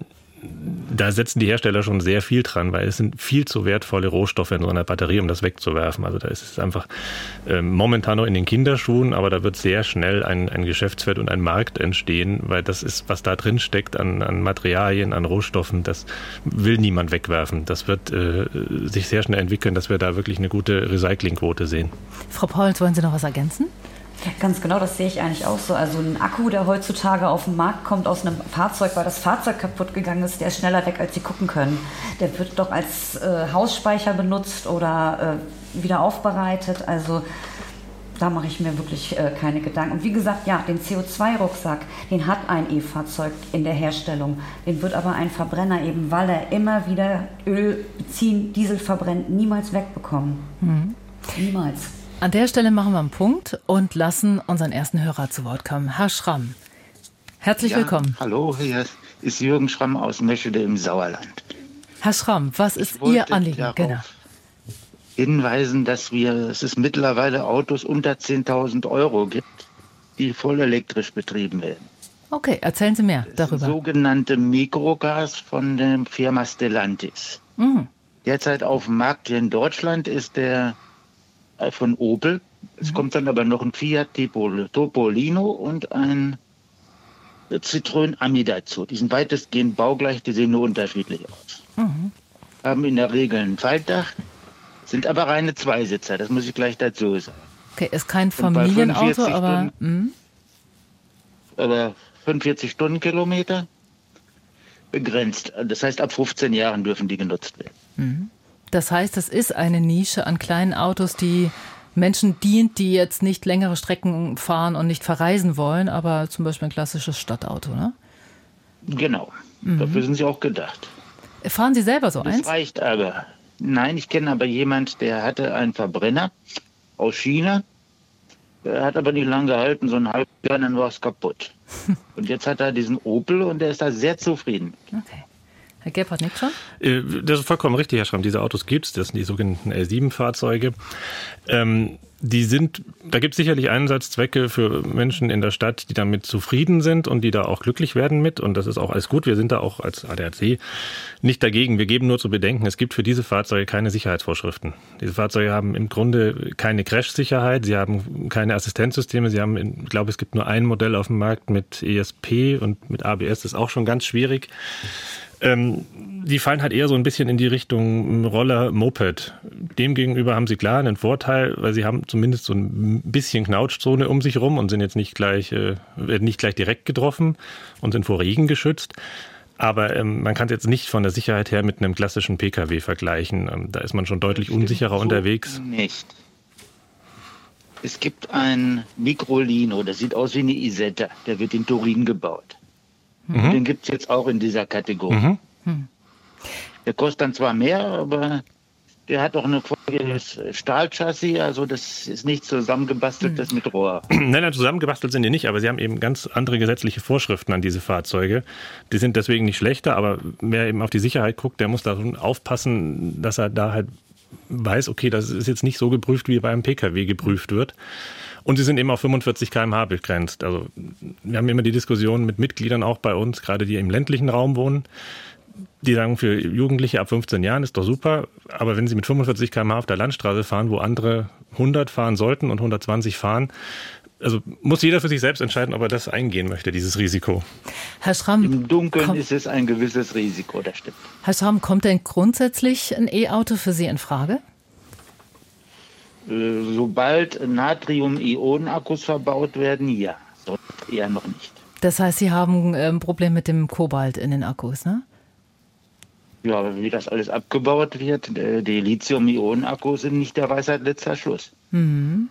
da setzen die Hersteller schon sehr viel dran, weil es sind viel zu wertvolle Rohstoffe in so einer Batterie, um das wegzuwerfen. Also da ist es einfach äh, momentan noch in den Kinderschuhen, aber da wird sehr schnell ein, ein Geschäftsfeld und ein Markt entstehen, weil das ist, was da drin steckt an, an Materialien, an Rohstoffen, das will niemand wegwerfen. Das wird äh, sich sehr schnell entwickeln, dass wir da wirklich eine gute Recyclingquote sehen. Frau Pauls, wollen Sie noch was ergänzen? Ja, ganz genau, das sehe ich eigentlich auch so. Also ein Akku, der heutzutage auf den Markt kommt aus einem Fahrzeug, weil das Fahrzeug kaputt gegangen ist, der ist schneller weg, als Sie gucken können. Der wird doch als äh, Hausspeicher benutzt oder äh, wieder aufbereitet. Also da mache ich mir wirklich äh, keine Gedanken. Und wie gesagt, ja, den C O zwei Rucksack, den hat ein E-Fahrzeug in der Herstellung. Den wird aber ein Verbrenner eben, weil er immer wieder Öl, Benzin, Diesel verbrennt, niemals wegbekommen. Mhm. Niemals. An der Stelle machen wir einen Punkt und lassen unseren ersten Hörer zu Wort kommen. Herr Schramm, herzlich ja, willkommen. Hallo, hier ist Jürgen Schramm aus Meschede im Sauerland. Herr Schramm, was ist Ihr Anliegen? Genau. Hinweisen, dass wir, es ist mittlerweile Autos unter zehntausend Euro gibt, die voll elektrisch betrieben werden. Okay, erzählen Sie mehr das darüber. Das sogenannte Mikrogas von der Firma Stellantis. Mhm. Derzeit auf dem Markt hier in Deutschland ist der von Opel. Es mhm. kommt dann aber noch ein Fiat Topolino und ein Citroën Ami dazu. Die sind weitestgehend baugleich, die sehen nur unterschiedlich aus. Mhm. Haben in der Regel ein Faltdach, sind aber reine Zweisitzer, das muss ich gleich dazu sagen. Okay, ist kein Familienauto, aber... Stunden, mhm. aber fünfundvierzig Stundenkilometer begrenzt. Das heißt, ab fünfzehn Jahren dürfen die genutzt werden. Mhm. Das heißt, es ist eine Nische an kleinen Autos, die Menschen dient, die jetzt nicht längere Strecken fahren und nicht verreisen wollen, aber zum Beispiel ein klassisches Stadtauto, ne? Genau, mhm. dafür sind sie auch gedacht. Fahren Sie selber so das eins? Das reicht aber. Nein, ich kenne aber jemanden, der hatte einen Verbrenner aus China. Der hat aber nicht lange gehalten, so ein halbes Jahr, dann war es kaputt. Und jetzt hat er diesen Opel und der ist da sehr zufrieden. Okay. Herr Gebhardt nickt schon? Das ist vollkommen richtig, Herr Schramm. Diese Autos gibt es, das sind die sogenannten L sieben Fahrzeuge. Ähm, die sind, da gibt es sicherlich Einsatzzwecke für Menschen in der Stadt, die damit zufrieden sind und die da auch glücklich werden mit. Und das ist auch alles gut. Wir sind da auch als A D A C nicht dagegen. Wir geben nur zu bedenken, es gibt für diese Fahrzeuge keine Sicherheitsvorschriften. Diese Fahrzeuge haben im Grunde keine Crash-Sicherheit. Sie haben keine Assistenzsysteme. Sie haben, ich glaube, es gibt nur ein Modell auf dem Markt mit E S P und mit A B S. Das ist auch schon ganz schwierig. Ähm, die fallen halt eher so ein bisschen in die Richtung Roller, Moped. Demgegenüber haben sie klar einen Vorteil, weil sie haben zumindest so ein bisschen Knautschzone um sich rum und sind jetzt nicht gleich, äh, werden nicht gleich direkt getroffen und sind vor Regen geschützt. Aber ähm, man kann es jetzt nicht von der Sicherheit her mit einem klassischen Pkw vergleichen. Ähm, da ist man schon deutlich unsicherer so unterwegs. Nicht. Es gibt ein Microlino, das sieht aus wie eine Isetta, der wird in Turin gebaut. Mhm. Den gibt es jetzt auch in dieser Kategorie. Mhm. Der kostet dann zwar mehr, aber der hat auch ein volles Stahlchassis, also das ist nicht zusammengebastelt, mhm. das mit Rohr. Nein, nein, zusammengebastelt sind die nicht, aber sie haben eben ganz andere gesetzliche Vorschriften an diese Fahrzeuge. Die sind deswegen nicht schlechter, aber wer eben auf die Sicherheit guckt, der muss da aufpassen, dass er da halt weiß, okay, das ist jetzt nicht so geprüft, wie bei einem Pkw geprüft wird. Und sie sind eben auf fünfundvierzig Kilometer pro Stunde begrenzt. Also wir haben immer die Diskussion mit Mitgliedern auch bei uns, gerade die im ländlichen Raum wohnen, die sagen, für Jugendliche ab fünfzehn Jahren ist doch super, aber wenn sie mit fünfundvierzig Kilometer pro Stunde auf der Landstraße fahren, wo andere hundert fahren sollten und hundertzwanzig fahren, also muss jeder für sich selbst entscheiden, ob er das eingehen möchte, dieses Risiko. Herr Schramm, Im Dunkeln komm, ist es ein gewisses Risiko, das stimmt. Herr Schramm, kommt denn grundsätzlich ein E-Auto für Sie in Frage? Äh, sobald Natrium-Ionen-Akkus verbaut werden, ja, sonst eher noch nicht. Das heißt, Sie haben ein Problem mit dem Kobalt in den Akkus, ne? Ja, aber wie das alles abgebaut wird, die Lithium-Ionen-Akkus sind nicht der Weisheit letzter Schluss. Mhm.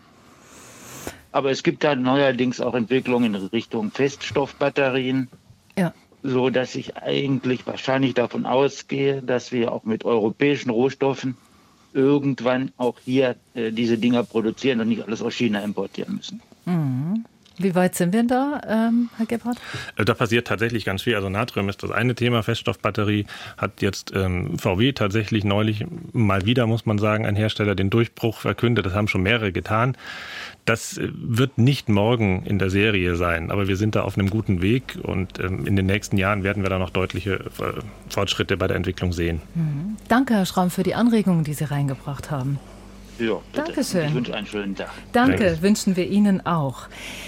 Aber es gibt da neuerdings auch Entwicklungen in Richtung Feststoffbatterien, ja. so dass ich eigentlich wahrscheinlich davon ausgehe, dass wir auch mit europäischen Rohstoffen irgendwann auch hier äh, diese Dinger produzieren und nicht alles aus China importieren müssen. Mhm. Wie weit sind wir da, ähm, Herr Gebhardt? Da passiert tatsächlich ganz viel. Also Natrium ist das eine Thema. Feststoffbatterie hat jetzt ähm, V W tatsächlich neulich mal wieder, muss man sagen, ein Hersteller den Durchbruch verkündet. Das haben schon mehrere getan. Das wird nicht morgen in der Serie sein, aber wir sind da auf einem guten Weg und ähm, in den nächsten Jahren werden wir da noch deutliche äh, Fortschritte bei der Entwicklung sehen. Mhm. Danke, Herr Schramm, für die Anregungen, die Sie reingebracht haben. Ja, bitte. Dankeschön. Ich wünsche einen schönen Tag. Danke, Danke. Wünschen wir Ihnen auch.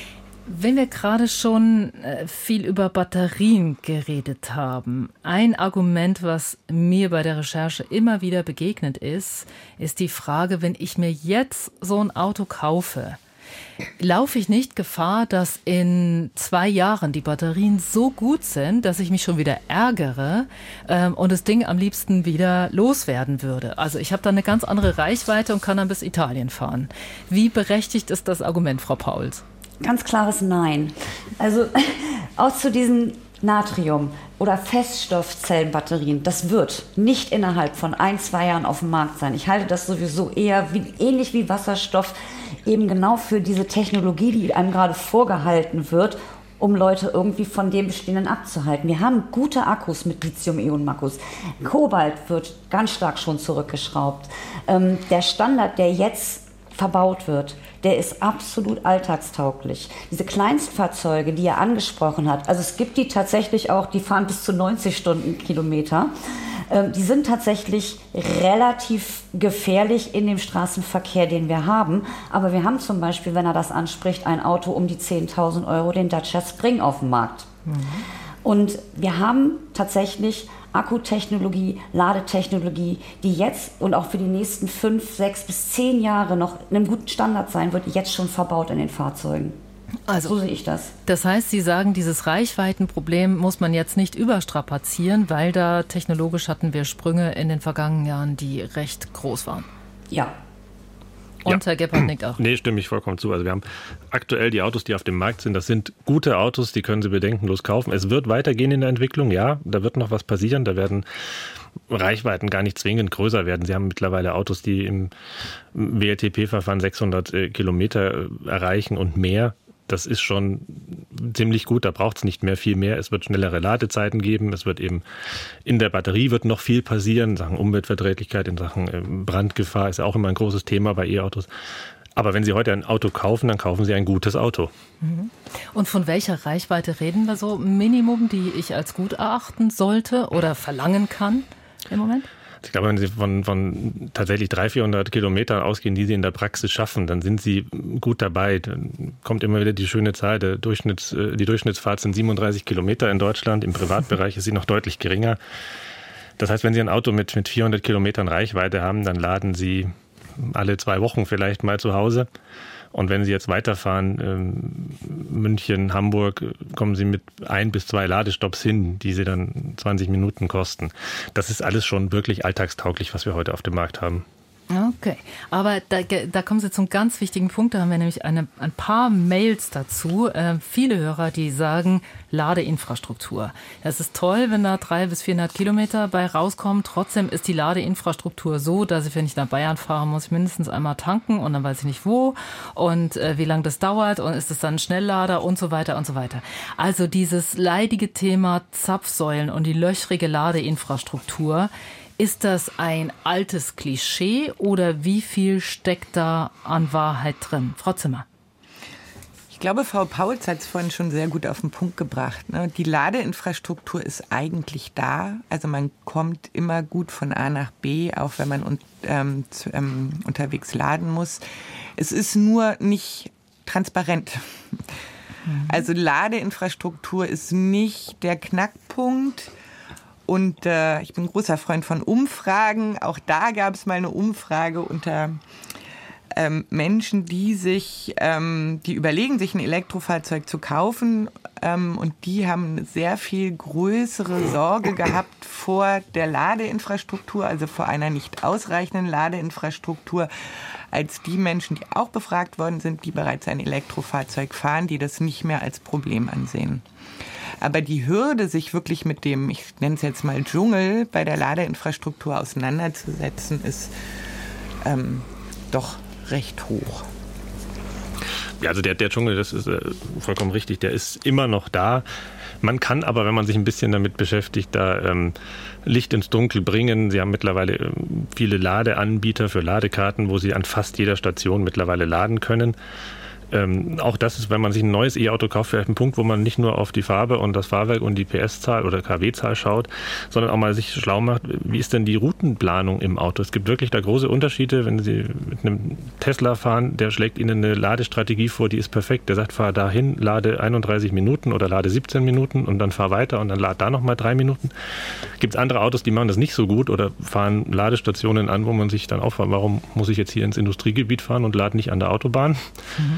Wenn wir gerade schon viel über Batterien geredet haben, ein Argument, was mir bei der Recherche immer wieder begegnet ist, ist die Frage, wenn ich mir jetzt so ein Auto kaufe, laufe ich nicht Gefahr, dass in zwei Jahren die Batterien so gut sind, dass ich mich schon wieder ärgere ähm, und das Ding am liebsten wieder loswerden würde. Also ich habe da eine ganz andere Reichweite und kann dann bis Italien fahren. Wie berechtigt ist das Argument, Frau Pauls? Ganz klares Nein. Also aus zu diesen Natrium- oder Feststoffzellenbatterien, das wird nicht innerhalb von ein, zwei Jahren auf dem Markt sein. Ich halte das sowieso eher wie, ähnlich wie Wasserstoff, eben genau für diese Technologie, die einem gerade vorgehalten wird, um Leute irgendwie von dem Bestehenden abzuhalten. Wir haben gute Akkus mit Lithium-Ionen-Akkus. Kobalt wird ganz stark schon zurückgeschraubt. Ähm, der Standard, der jetzt verbaut wird, der ist absolut alltagstauglich. Diese Kleinstfahrzeuge, die er angesprochen hat, also es gibt die tatsächlich auch, die fahren bis zu neunzig Stundenkilometer, ähm, die sind tatsächlich relativ gefährlich in dem Straßenverkehr, den wir haben. Aber wir haben zum Beispiel, wenn er das anspricht, ein Auto um die zehntausend Euro, den Dacia Spring auf dem Markt. Mhm. Und wir haben tatsächlich Akkutechnologie, Ladetechnologie, die jetzt und auch für die nächsten fünf, sechs bis zehn Jahre noch in einem guten Standard sein wird, jetzt schon verbaut in den Fahrzeugen. Also, so sehe ich das. Das heißt, Sie sagen, dieses Reichweitenproblem muss man jetzt nicht überstrapazieren, weil da technologisch hatten wir Sprünge in den vergangenen Jahren, die recht groß waren. Ja. Und ja. Herr Gebhardt nickt auch. Nee, stimme ich vollkommen zu. Also wir haben aktuell die Autos, die auf dem Markt sind, das sind gute Autos, die können Sie bedenkenlos kaufen. Es wird weitergehen in der Entwicklung, ja, da wird noch was passieren, da werden Reichweiten gar nicht zwingend größer werden. Sie haben mittlerweile Autos, die im W L T P-Verfahren sechshundert Kilometer erreichen und mehr. Das ist schon ziemlich gut, da braucht es nicht mehr viel mehr. Es wird schnellere Ladezeiten geben, es wird eben in der Batterie wird noch viel passieren, in Sachen Umweltverträglichkeit, in Sachen Brandgefahr ist ja auch immer ein großes Thema bei E-Autos. Aber wenn Sie heute ein Auto kaufen, dann kaufen Sie ein gutes Auto. Und von welcher Reichweite reden wir so? Minimum, die ich als gut erachten sollte oder verlangen kann im Moment? Ich glaube, wenn Sie von, von tatsächlich dreihundert, vierhundert Kilometern ausgehen, die Sie in der Praxis schaffen, dann sind Sie gut dabei. Dann kommt immer wieder die schöne Zahl, der Durchschnitts, die Durchschnittsfahrt sind siebenunddreißig Kilometer in Deutschland. Im Privatbereich ist sie noch deutlich geringer. Das heißt, wenn Sie ein Auto mit, mit vierhundert Kilometern Reichweite haben, dann laden Sie alle zwei Wochen vielleicht mal zu Hause. Und wenn Sie jetzt weiterfahren, ähm, München, Hamburg, kommen Sie mit ein bis zwei Ladestops hin, die Sie dann zwanzig Minuten kosten. Das ist alles schon wirklich alltagstauglich, was wir heute auf dem Markt haben. Okay, aber da, da kommen Sie zum ganz wichtigen Punkt. Da haben wir nämlich eine, ein paar Mails dazu. Äh, viele Hörer, die sagen, Ladeinfrastruktur. Es ist toll, wenn da dreihundert bis vierhundert Kilometer bei rauskommen. Trotzdem ist die Ladeinfrastruktur so, dass ich, wenn ich nach Bayern fahre, muss ich mindestens einmal tanken und dann weiß ich nicht wo und äh, wie lange das dauert und ist es dann ein Schnelllader und so weiter und so weiter. Also dieses leidige Thema Zapfsäulen und die löchrige Ladeinfrastruktur Ist das ein altes Klischee oder wie viel steckt da an Wahrheit drin? Frau Zimmer. Ich glaube, Frau Pauls hat es vorhin schon sehr gut auf den Punkt gebracht. Die Ladeinfrastruktur ist eigentlich da. Also man kommt immer gut von A nach B, auch wenn man ähm, zu, ähm, unterwegs laden muss. Es ist nur nicht transparent. Mhm. Also Ladeinfrastruktur ist nicht der Knackpunkt. Und äh, ich bin ein großer Freund von Umfragen. Auch da gab es mal eine Umfrage unter Ähm, Menschen, die sich, ähm, die überlegen, sich ein Elektrofahrzeug zu kaufen, ähm, und die haben eine sehr viel größere Sorge gehabt vor der Ladeinfrastruktur, also vor einer nicht ausreichenden Ladeinfrastruktur, als die Menschen, die auch befragt worden sind, die bereits ein Elektrofahrzeug fahren, die das nicht mehr als Problem ansehen. Aber die Hürde, sich wirklich mit dem, ich nenne es jetzt mal Dschungel, bei der Ladeinfrastruktur auseinanderzusetzen, ist ähm, doch recht hoch. Ja, also der, der Dschungel, das ist äh, vollkommen richtig, der ist immer noch da. Man kann aber, wenn man sich ein bisschen damit beschäftigt, da ähm, Licht ins Dunkel bringen. Sie haben mittlerweile äh, viele Ladeanbieter für Ladekarten, wo Sie an fast jeder Station mittlerweile laden können. Ähm, auch das ist, wenn man sich ein neues E-Auto kauft, vielleicht ein Punkt, wo man nicht nur auf die Farbe und das Fahrwerk und die P S-Zahl oder K W-Zahl schaut, sondern auch mal sich schlau macht, wie ist denn die Routenplanung im Auto? Es gibt wirklich da große Unterschiede. Wenn Sie mit einem Tesla fahren, der schlägt Ihnen eine Ladestrategie vor, die ist perfekt. Der sagt, fahr dahin, lade einunddreißig Minuten oder lade siebzehn Minuten und dann fahr weiter und dann lade da nochmal drei Minuten. Gibt es andere Autos, die machen das nicht so gut oder fahren Ladestationen an, wo man sich dann auffragt, warum muss ich jetzt hier ins Industriegebiet fahren und lade nicht an der Autobahn? Mhm.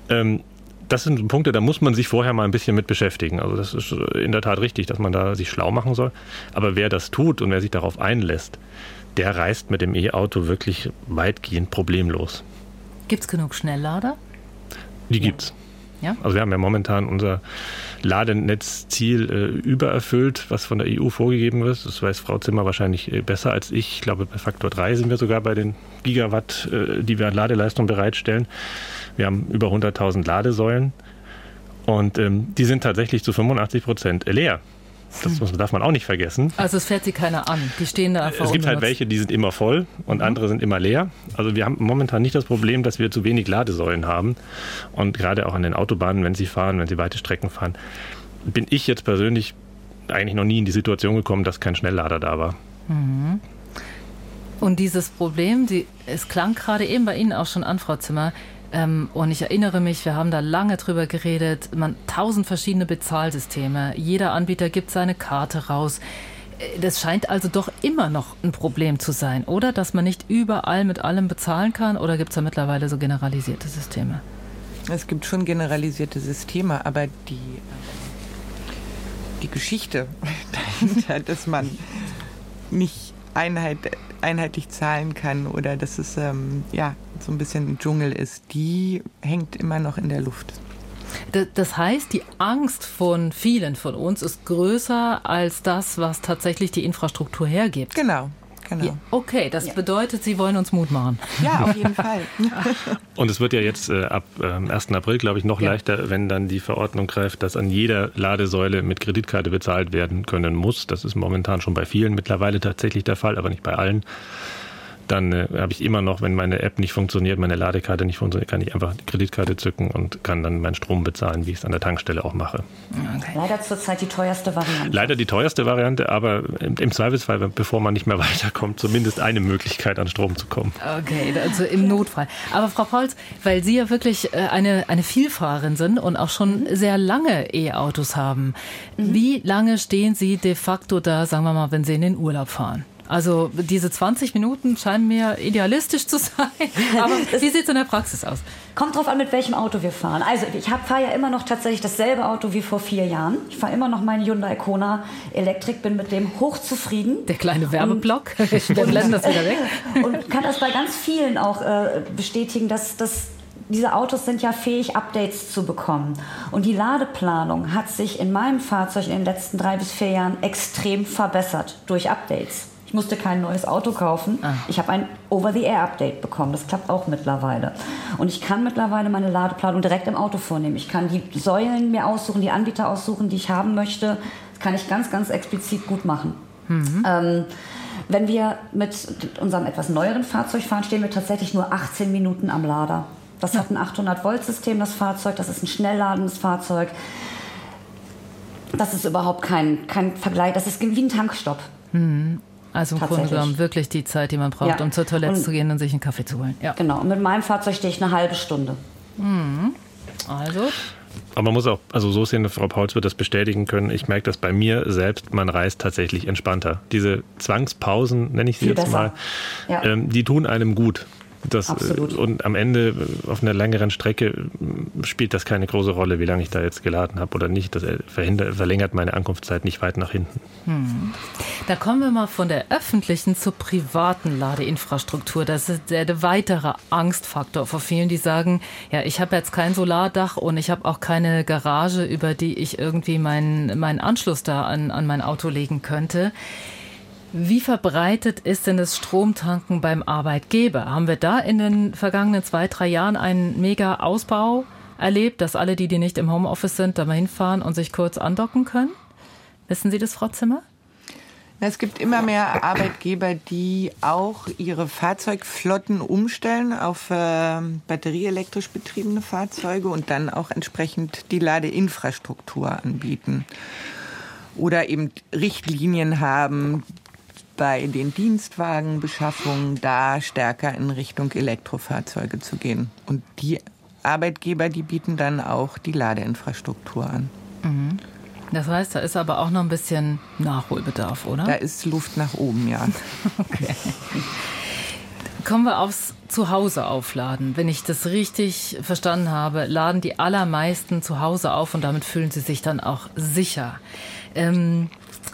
Das sind Punkte, da muss man sich vorher mal ein bisschen mit beschäftigen. Also das ist in der Tat richtig, dass man da sich schlau machen soll. Aber wer das tut und wer sich darauf einlässt, der reist mit dem E-Auto wirklich weitgehend problemlos. Gibt es genug Schnelllader? Die gibt's. Ja? Also wir haben ja momentan unser Ladenetzziel äh, übererfüllt, was von der E U vorgegeben ist. Das weiß Frau Zimmer wahrscheinlich äh, besser als ich. Ich glaube, bei Faktor drei sind wir sogar bei den Gigawatt, äh, die wir an Ladeleistung bereitstellen. Wir haben über hunderttausend Ladesäulen und ähm, die sind tatsächlich zu fünfundachtzig Prozent leer. Das muss, darf man auch nicht vergessen. Also es fährt sie keiner an, die stehen da einfach. Es gibt halt welche, die sind immer voll und mhm. andere sind immer leer. Also wir haben momentan nicht das Problem, dass wir zu wenig Ladesäulen haben. Und gerade auch an den Autobahnen, wenn Sie fahren, wenn Sie weite Strecken fahren, bin ich jetzt persönlich eigentlich noch nie in die Situation gekommen, dass kein Schnelllader da war. Mhm. Und dieses Problem, die, es klang gerade eben bei Ihnen auch schon an, Frau Zimmer, Ähm, und ich erinnere mich, wir haben da lange drüber geredet, man tausend verschiedene Bezahlsysteme, jeder Anbieter gibt seine Karte raus. Das scheint also doch immer noch ein Problem zu sein, oder? Dass man nicht überall mit allem bezahlen kann, oder gibt es da mittlerweile so generalisierte Systeme? Es gibt schon generalisierte Systeme, aber die, die Geschichte dahinter, dass man nicht Einheit, einheitlich zahlen kann oder dass es ähm, ja, so ein bisschen ein Dschungel ist, die hängt immer noch in der Luft. Das heißt, die Angst von vielen von uns ist größer als das, was tatsächlich die Infrastruktur hergibt. Genau. Genau. Ja, okay, das ja. bedeutet, Sie wollen uns Mut machen. Ja, auf jeden Fall. Und es wird ja jetzt äh, ab äh, ersten April, glaube ich, noch ja. leichter, wenn dann die Verordnung greift, dass an jeder Ladesäule mit Kreditkarte bezahlt werden können muss. Das ist momentan schon bei vielen mittlerweile tatsächlich der Fall, aber nicht bei allen. Dann äh, habe ich immer noch, wenn meine App nicht funktioniert, meine Ladekarte nicht funktioniert, kann ich einfach die Kreditkarte zücken und kann dann meinen Strom bezahlen, wie ich es an der Tankstelle auch mache. Okay. Leider zurzeit die teuerste Variante. Leider die teuerste Variante, aber im, im Zweifelsfall, bevor man nicht mehr weiterkommt, zumindest eine Möglichkeit, an Strom zu kommen. Okay, also im Notfall. Aber Frau Pauls, weil Sie ja wirklich eine, eine Vielfahrerin sind und auch schon sehr lange E-Autos haben, mhm. wie lange stehen Sie de facto da, sagen wir mal, wenn Sie in den Urlaub fahren? Also diese zwanzig Minuten scheinen mir idealistisch zu sein. Aber wie sieht es in der Praxis aus? Kommt drauf an, mit welchem Auto wir fahren. Also ich fahre ja immer noch tatsächlich dasselbe Auto wie vor vier Jahren. Ich fahre immer noch meinen Hyundai Kona Elektrik, bin mit dem hochzufrieden. Der kleine Werbeblock, wir blenden das wieder weg. Und kann das bei ganz vielen auch äh, bestätigen, dass das diese Autos sind ja fähig, Updates zu bekommen. Und die Ladeplanung hat sich in meinem Fahrzeug in den letzten drei bis vier Jahren extrem verbessert durch Updates. Ich musste kein neues Auto kaufen. Ah. Ich habe ein Over-the-Air-Update bekommen. Das klappt auch mittlerweile. Und ich kann mittlerweile meine Ladeplanung direkt im Auto vornehmen. Ich kann die Säulen mir aussuchen, die Anbieter aussuchen, die ich haben möchte. Das kann ich ganz, ganz explizit gut machen. Mhm. Ähm, Wenn wir mit unserem etwas neueren Fahrzeug fahren, stehen wir tatsächlich nur achtzehn Minuten am Lader. Das hat ein achthundert Volt System, das Fahrzeug. Das ist ein schnellladendes Fahrzeug. Das ist überhaupt kein, kein Vergleich. Das ist wie ein Tankstopp. Mhm. Also im Grunde genommen wirklich die Zeit, die man braucht, ja. um zur Toilette und, zu gehen und sich einen Kaffee zu holen. Ja. Genau. Und mit meinem Fahrzeug stehe ich eine halbe Stunde. Mhm. Also... Aber man muss auch, also so sehen, Frau Pauls wird das bestätigen können. Ich merke das bei mir selbst, man reist tatsächlich entspannter. Diese Zwangspausen, nenne ich sie Viel jetzt besser. mal, ja. ähm, die tun einem gut. Das, Absolut. Und am Ende auf einer längeren Strecke spielt das keine große Rolle, wie lange ich da jetzt geladen habe oder nicht. Das verhindert, verlängert meine Ankunftszeit nicht weit nach hinten. Hm. Da kommen wir mal von der öffentlichen zur privaten Ladeinfrastruktur. Das ist der, der weitere Angstfaktor für vielen, die sagen, ja, ich habe jetzt kein Solardach und ich habe auch keine Garage, über die ich irgendwie meinen, meinen Anschluss da an, an mein Auto legen könnte. Wie verbreitet ist denn das Stromtanken beim Arbeitgeber? Haben wir da in den vergangenen zwei, drei Jahren einen mega Ausbau erlebt, dass alle die, die nicht im Homeoffice sind, da mal hinfahren und sich kurz andocken können? Wissen Sie das, Frau Zimmer? Es gibt immer mehr Arbeitgeber, die auch ihre Fahrzeugflotten umstellen auf äh, batterieelektrisch betriebene Fahrzeuge und dann auch entsprechend die Ladeinfrastruktur anbieten. Oder eben Richtlinien haben, bei den Dienstwagenbeschaffungen da stärker in Richtung Elektrofahrzeuge zu gehen. Und die Arbeitgeber, die bieten dann auch die Ladeinfrastruktur an. Mhm. Das heißt, da ist aber auch noch ein bisschen Nachholbedarf, oder? Da ist Luft nach oben, ja. Okay. Kommen wir aufs Zuhause aufladen. Wenn ich das richtig verstanden habe, laden die allermeisten zu Hause auf und damit fühlen sie sich dann auch sicher. Ähm,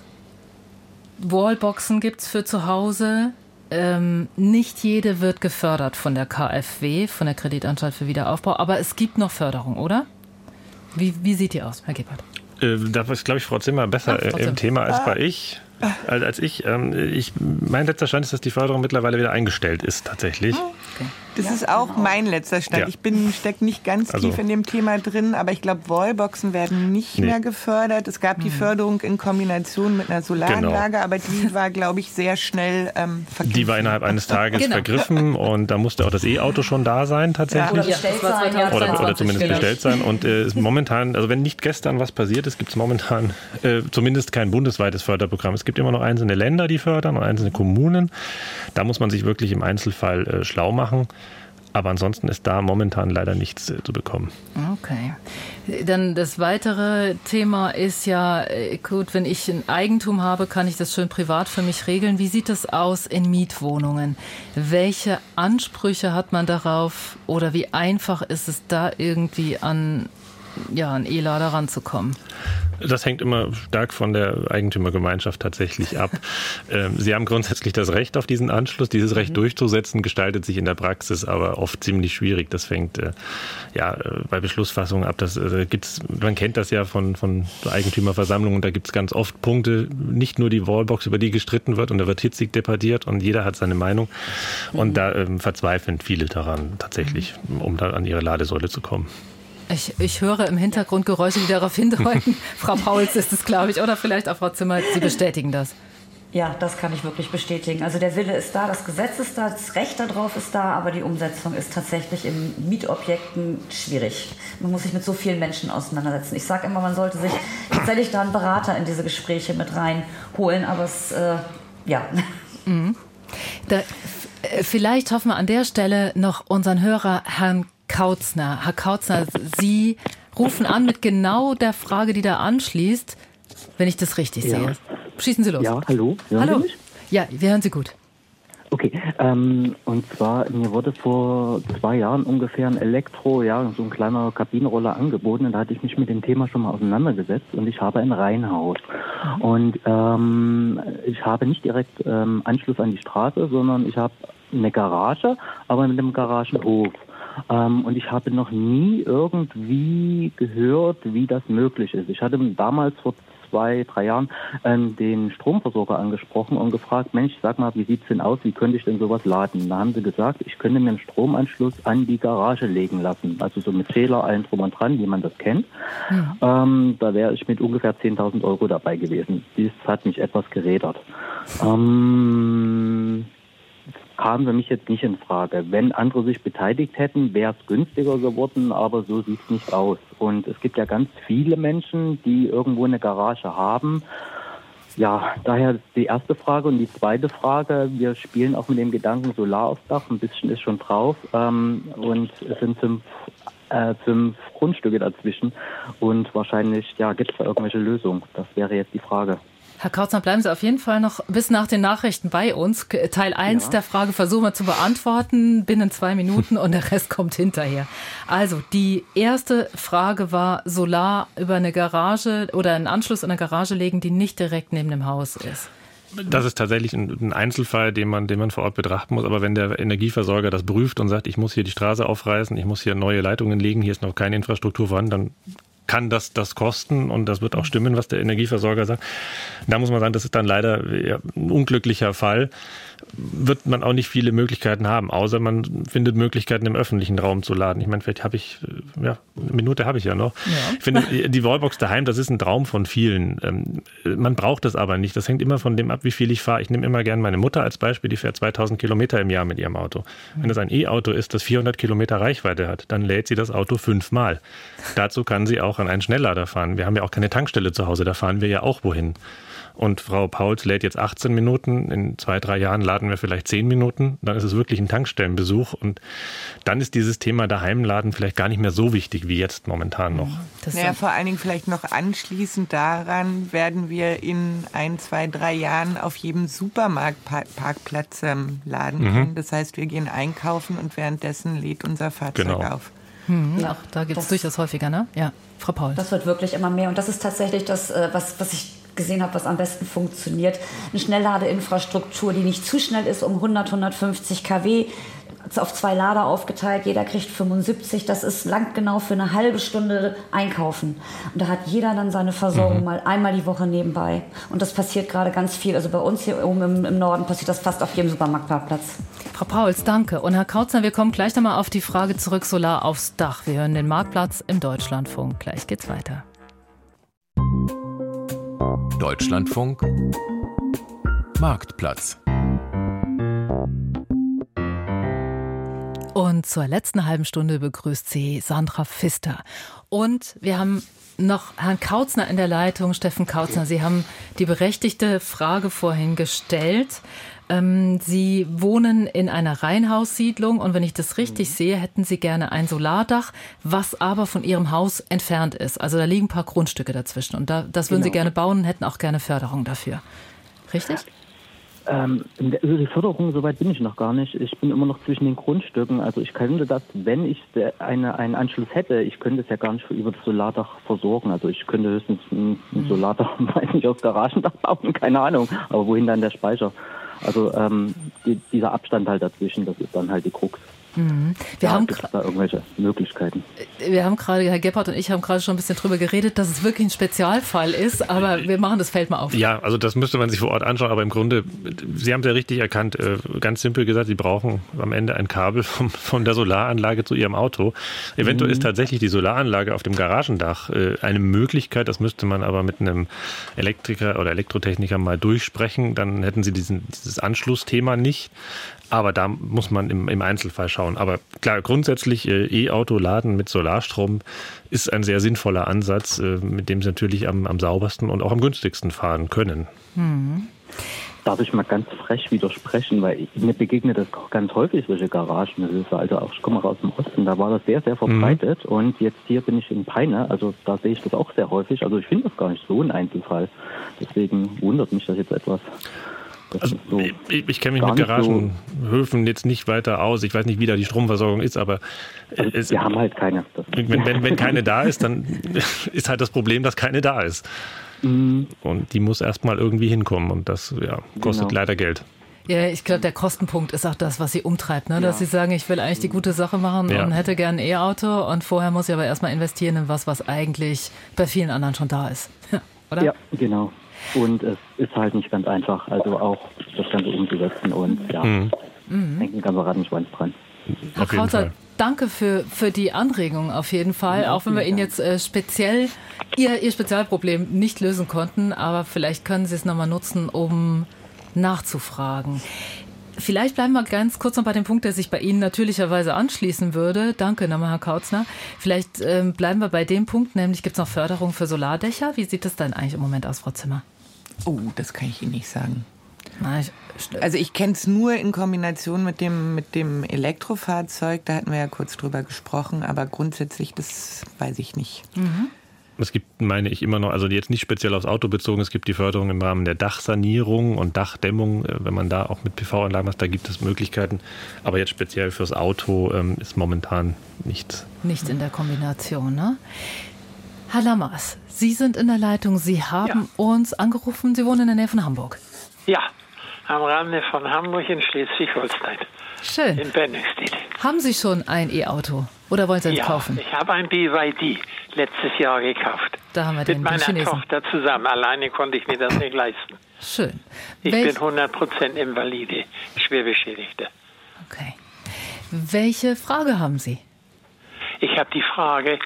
Wallboxen gibt es für zu Hause. Ähm, nicht jede wird gefördert von der K f W, von der Kreditanstalt für Wiederaufbau, aber es gibt noch Förderung, oder? Wie, wie sieht die aus, Herr Gebhardt? Äh, da ist, glaube ich, Frau Zimmer besser ja, Frau Zimmer. im Thema als bei ich. Als, als ich, ähm, ich. Mein letzter Stand ist, dass die Förderung mittlerweile wieder eingestellt ist, tatsächlich. Okay. Das ja, ist auch genau. mein letzter Stand. Ja. Ich bin stecke nicht ganz also, tief in dem Thema drin, aber ich glaube, Wallboxen werden nicht nee. mehr gefördert. Es gab die Förderung in Kombination mit einer Solaranlage, genau. aber die war, glaube ich, sehr schnell ähm, vergriffen. Die war innerhalb eines Tages genau. vergriffen und da musste auch das E-Auto schon da sein, tatsächlich. Ja, oder bestellt sein. Ja, oder, oder zumindest genau. bestellt sein. Und äh, momentan, also wenn nicht gestern was passiert ist, gibt es momentan äh, zumindest kein bundesweites Förderprogramm. Es gibt immer noch einzelne Länder, die fördern und einzelne Kommunen. Da muss man sich wirklich im Einzelfall äh, schlau machen. Aber ansonsten ist da momentan leider nichts äh, zu bekommen. Okay. Dann das weitere Thema ist ja, gut, wenn ich ein Eigentum habe, kann ich das schön privat für mich regeln. Wie sieht es aus in Mietwohnungen? Welche Ansprüche hat man darauf oder wie einfach ist es da irgendwie an, ja, an E-Lader ranzukommen? Das hängt immer stark von der Eigentümergemeinschaft tatsächlich ab. Sie haben grundsätzlich das Recht auf diesen Anschluss. Dieses Recht durchzusetzen gestaltet sich in der Praxis aber oft ziemlich schwierig. Das fängt ja bei Beschlussfassungen ab. Das gibt's, man kennt das ja von, von Eigentümerversammlungen. Da gibt es ganz oft Punkte, nicht nur die Wallbox, über die gestritten wird und da wird hitzig debattiert und jeder hat seine Meinung. Und mhm. da ähm, verzweifeln viele daran tatsächlich, um da an ihre Ladesäule zu kommen. Ich, ich höre im Hintergrund Geräusche, die darauf hindeuten. Frau Pauls ist es, glaube ich, oder vielleicht auch Frau Zimmer. Sie bestätigen das. Ja, das kann ich wirklich bestätigen. Also der Wille ist da, das Gesetz ist da, das Recht darauf ist da, aber die Umsetzung ist tatsächlich in Mietobjekten schwierig. Man muss sich mit so vielen Menschen auseinandersetzen. Ich sage immer, man sollte sich tatsächlich da einen Berater in diese Gespräche mit reinholen, aber es, äh, ja. Mhm. Da, vielleicht hoffen wir an der Stelle noch unseren Hörer, Herrn Kautzner. Herr Kautzner, Sie rufen an mit genau der Frage, die da anschließt, wenn ich das richtig ja. sehe. Schießen Sie los. Ja, hallo. Hören hallo. Sie mich? Ja, wir hören Sie gut. Okay, ähm, und zwar, mir wurde vor zwei Jahren ungefähr ein Elektro, ja, so ein kleiner Kabinenroller angeboten und da hatte ich mich mit dem Thema schon mal auseinandergesetzt und ich habe ein Reihenhaus. Und ähm, ich habe nicht direkt ähm, Anschluss an die Straße, sondern ich habe eine Garage, aber mit einem Garagenhof. Ähm, und ich habe noch nie irgendwie gehört, wie das möglich ist. Ich hatte damals vor zwei, drei Jahren ähm, den Stromversorger angesprochen und gefragt, Mensch, sag mal, wie sieht's denn aus, wie könnte ich denn sowas laden? Da haben sie gesagt, ich könnte mir einen Stromanschluss an die Garage legen lassen, also so mit Zähler, allen drum und dran, wie man das kennt. Ja. Ähm, da wäre ich mit ungefähr zehntausend Euro dabei gewesen. Dies hat mich etwas gerädert. Ähm... kam für mich jetzt nicht in Frage. Wenn andere sich beteiligt hätten, wäre es günstiger geworden, aber so sieht es nicht aus. Und es gibt ja ganz viele Menschen, die irgendwo eine Garage haben. Ja, daher die erste Frage. Und die zweite Frage, wir spielen auch mit dem Gedanken Solar aufs Dach, ein bisschen ist schon drauf. Ähm, und es sind fünf, äh, fünf Grundstücke dazwischen. Und wahrscheinlich ja, gibt es da irgendwelche Lösungen. Das wäre jetzt die Frage. Herr Kautzner, bleiben Sie auf jeden Fall noch bis nach den Nachrichten bei uns. Teil eins ja. der Frage versuchen wir zu beantworten binnen zwei Minuten und der Rest kommt hinterher. Also die erste Frage war Solar über eine Garage oder einen Anschluss an eine Garage legen, die nicht direkt neben dem Haus ist. Das ist tatsächlich ein Einzelfall, den man, den man vor Ort betrachten muss. Aber wenn der Energieversorger das prüft und sagt, ich muss hier die Straße aufreißen, ich muss hier neue Leitungen legen, hier ist noch keine Infrastruktur vorhanden, dann kann das das kosten und das wird auch stimmen, was der Energieversorger sagt. Da muss man sagen, das ist dann leider ja, ein unglücklicher Fall. Wird man auch nicht viele Möglichkeiten haben, außer man findet Möglichkeiten im öffentlichen Raum zu laden. Ich meine, vielleicht habe ich, ja, eine Minute habe ich ja noch. Ja. Ich finde, die Wallbox daheim, das ist ein Traum von vielen. Man braucht das aber nicht. Das hängt immer von dem ab, wie viel ich fahre. Ich nehme immer gerne meine Mutter als Beispiel, die fährt zweitausend Kilometer im Jahr mit ihrem Auto. Wenn das ein E-Auto ist, das vierhundert Kilometer Reichweite hat, dann lädt sie das Auto fünfmal. Dazu kann sie auch an einen Schnelllader fahren. Wir haben ja auch keine Tankstelle zu Hause, da fahren wir ja auch wohin. Und Frau Pauls lädt jetzt achtzehn Minuten, in zwei, drei Jahren laden wir vielleicht zehn Minuten, dann ist es wirklich ein Tankstellenbesuch und dann ist dieses Thema Daheimladen vielleicht gar nicht mehr so wichtig wie jetzt momentan noch. Das naja, vor allen Dingen vielleicht noch anschließend daran werden wir in ein, zwei, drei Jahren auf jedem Supermarktparkplatz ähm, laden können. Mhm. Das heißt, wir gehen einkaufen und währenddessen lädt unser Fahrzeug genau. auf. Hm, ja, auch da gibt es durchaus häufiger, ne? Ja, Frau Paul. Das wird wirklich immer mehr und das ist tatsächlich das, was, was ich gesehen habe, was am besten funktioniert. Eine Schnellladeinfrastruktur, die nicht zu schnell ist, um hundert, hundertfünfzig Kilowatt, auf zwei Lader aufgeteilt, jeder kriegt fünfundsiebzig, das ist lang genau für eine halbe Stunde einkaufen. Und da hat jeder dann seine Versorgung mhm. mal einmal die Woche nebenbei. Und das passiert gerade ganz viel. Also bei uns hier oben im, im Norden passiert das fast auf jedem Supermarktparkplatz. Frau Pauls, danke. Und Herr Kautzner, wir kommen gleich nochmal auf die Frage zurück, Solar aufs Dach. Wir hören den Marktplatz im Deutschlandfunk. Gleich geht's weiter. Deutschlandfunk Marktplatz. Und zur letzten halben Stunde begrüßt sie Sandra Pfister. Und wir haben noch Herrn Kautzner in der Leitung. Steffen Kautzner, Sie haben die berechtigte Frage vorhin gestellt. Ähm, Sie wohnen in einer Reihenhaussiedlung und wenn ich das richtig sehe, hätten Sie gerne ein Solardach, was aber von Ihrem Haus entfernt ist. Also da liegen ein paar Grundstücke dazwischen und da, das würden genau. Sie gerne bauen und hätten auch gerne Förderung dafür. Richtig? Ähm, also die Förderung, soweit bin ich noch gar nicht. Ich bin immer noch zwischen den Grundstücken. Also ich könnte das, wenn ich eine, einen Anschluss hätte, ich könnte es ja gar nicht über das Solardach versorgen. Also ich könnte höchstens ein, ein Solardach, weiß nicht, aufs Garagendach bauen, keine Ahnung. Aber wohin dann der Speicher? Also ähm, die, dieser Abstand halt dazwischen, das ist dann halt die Krux. Mhm. Wir ja, haben gibt es da irgendwelche Möglichkeiten? Wir haben gerade, Herr Gebhardt und ich haben gerade schon ein bisschen drüber geredet, dass es wirklich ein Spezialfall ist, aber wir machen das Feld mal auf. Ja, also das müsste man sich vor Ort anschauen, aber im Grunde, Sie haben es ja richtig erkannt, ganz simpel gesagt, Sie brauchen am Ende ein Kabel vom, von der Solaranlage zu Ihrem Auto. Eventuell mhm. ist tatsächlich die Solaranlage auf dem Garagendach eine Möglichkeit, das müsste man aber mit einem Elektriker oder Elektrotechniker mal durchsprechen, dann hätten Sie diesen, dieses Anschlussthema nicht. Aber da muss man im, im Einzelfall schauen. Aber klar, grundsätzlich äh, E-Auto laden mit Solarstrom ist ein sehr sinnvoller Ansatz, äh, mit dem Sie natürlich am, am saubersten und auch am günstigsten fahren können. Mhm. Darf ich mal ganz frech widersprechen, weil ich, mir begegnet das ganz häufig, solche Garagenhöfe. Also auch, ich komme aus dem Osten, da war das sehr, sehr verbreitet. Mhm. Und jetzt hier bin ich in Peine, also da sehe ich das auch sehr häufig. Also ich finde das gar nicht so ein Einzelfall. Deswegen wundert mich das jetzt etwas. Also so ich, ich kenne mich mit Garagenhöfen so jetzt nicht weiter aus. Ich weiß nicht, wie da die Stromversorgung ist, aber also es, wir haben halt keine. Wenn, wenn, wenn keine da ist, dann ist halt das Problem, dass keine da ist. Mhm. Und die muss erstmal irgendwie hinkommen und das ja, kostet genau. leider Geld. Ja, ich glaube, der Kostenpunkt ist auch das, was Sie umtreibt, ne? Dass ja. Sie sagen, ich will eigentlich die gute Sache machen ja. und hätte gern ein E-Auto und vorher muss ich aber erstmal investieren in was, was eigentlich bei vielen anderen schon da ist. oder? Ja, genau. Und es ist halt nicht ganz einfach, also auch das Ganze umzusetzen. Und ja, mhm. hängt ein ganzer Rattenschwanz dran. Herr Krauser, danke für, für die Anregung auf jeden Fall, ja, auch wenn wir Ihnen jetzt äh, speziell Ihr, Ihr Spezialproblem nicht lösen konnten, aber vielleicht können Sie es nochmal nutzen, um nachzufragen. Vielleicht bleiben wir ganz kurz noch bei dem Punkt, der sich bei Ihnen natürlicherweise anschließen würde. Danke nochmal, Herr Kautzner. Vielleicht ähm, bleiben wir bei dem Punkt, nämlich gibt es noch Förderung für Solardächer. Wie sieht das denn eigentlich im Moment aus, Frau Zimmer? Oh, das kann ich Ihnen nicht sagen. Na, ich, also ich kenne es nur in Kombination mit dem, mit dem Elektrofahrzeug, da hatten wir ja kurz drüber gesprochen, aber grundsätzlich, das weiß ich nicht. Mhm. Es gibt, meine ich, immer noch, also jetzt nicht speziell aufs Auto bezogen, es gibt die Förderung im Rahmen der Dachsanierung und Dachdämmung, wenn man da auch mit P V-Anlagen macht, da gibt es Möglichkeiten, aber jetzt speziell fürs Auto ähm, ist momentan nichts. Nicht in der Kombination, ne? Herr Lammers, Sie sind in der Leitung, Sie haben ja. uns angerufen, Sie wohnen in der Nähe von Hamburg. Ja, am Rande von Hamburg in Schleswig-Holstein. Schön. In Benningstedt. Haben Sie schon ein E-Auto oder wollen Sie es ja, kaufen? Ich habe ein B Y D letztes Jahr gekauft. Da haben wir den, Mit meiner den Tochter zusammen. Alleine konnte ich mir das nicht leisten. Schön. Ich Welch... bin hundert Prozent Invalide, Schwerbeschädigte. Okay. Welche Frage haben Sie? Ich habe die Frage,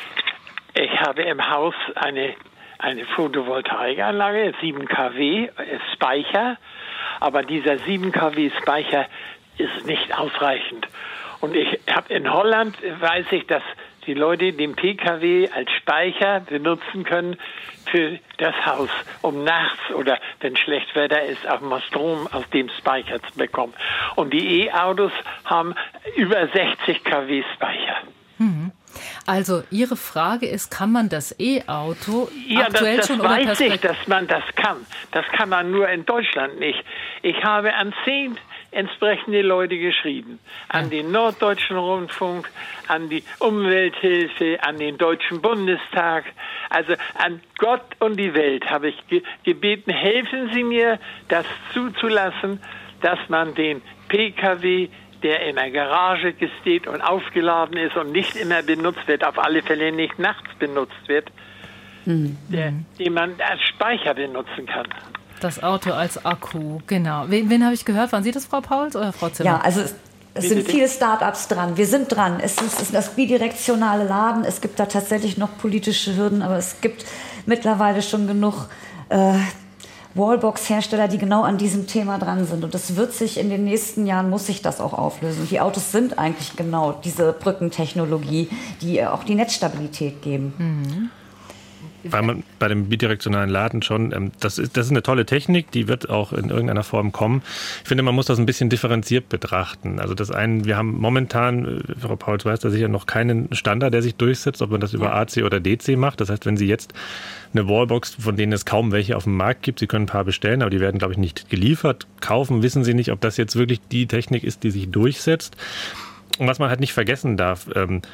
ich habe im Haus eine, eine Photovoltaikanlage, sieben Kilowatt Speicher, aber dieser sieben Kilowatt Speicher ist nicht ausreichend. Und ich habe in Holland, weiß ich, dass die Leute den P K W als Speicher benutzen können für das Haus, um nachts oder wenn schlecht Wetter ist, auch mal Strom aus dem Speicher zu bekommen. Und die E-Autos haben über sechzig Kilowatt Speicher. Mhm. Also Ihre Frage ist, kann man das E-Auto ja, aktuell das, das schon oder weiß ich, dass man das kann. Das kann man nur in Deutschland nicht. Ich habe an zehn entsprechende Leute geschrieben. An den Norddeutschen Rundfunk, an die Umwelthilfe, an den Deutschen Bundestag, also an Gott und die Welt habe ich ge- gebeten, helfen Sie mir, das zuzulassen, dass man den P K W, der in der Garage steht und aufgeladen ist und nicht immer benutzt wird, auf alle Fälle nicht nachts benutzt wird, mhm. der, den man als Speicher benutzen kann. Das Auto als Akku, genau. Wen, wen habe ich gehört? Waren Sie das, Frau Pauls oder Frau Zimmer? Ja, also es, es sind viele Start-ups dran. Wir sind dran. Es ist, es ist das bidirektionale Laden. Es gibt da tatsächlich noch politische Hürden, aber es gibt mittlerweile schon genug äh, Wallbox-Hersteller, die genau an diesem Thema dran sind. Und das wird sich in den nächsten Jahren, muss sich das auch auflösen. Und die Autos sind eigentlich genau diese Brückentechnologie, die auch die Netzstabilität geben. Mhm. Weil man bei dem bidirektionalen Laden schon, das ist, das ist eine tolle Technik, die wird auch in irgendeiner Form kommen. Ich finde, man muss das ein bisschen differenziert betrachten. Also das eine, wir haben momentan, Frau Pauls weiß da sicher noch keinen Standard, der sich durchsetzt, ob man das über A C oder D C macht. Das heißt, wenn Sie jetzt eine Wallbox, von denen es kaum welche auf dem Markt gibt, Sie können ein paar bestellen, aber die werden, glaube ich, nicht geliefert. Kaufen, wissen Sie nicht, ob das jetzt wirklich die Technik ist, die sich durchsetzt. Und was man halt nicht vergessen darf,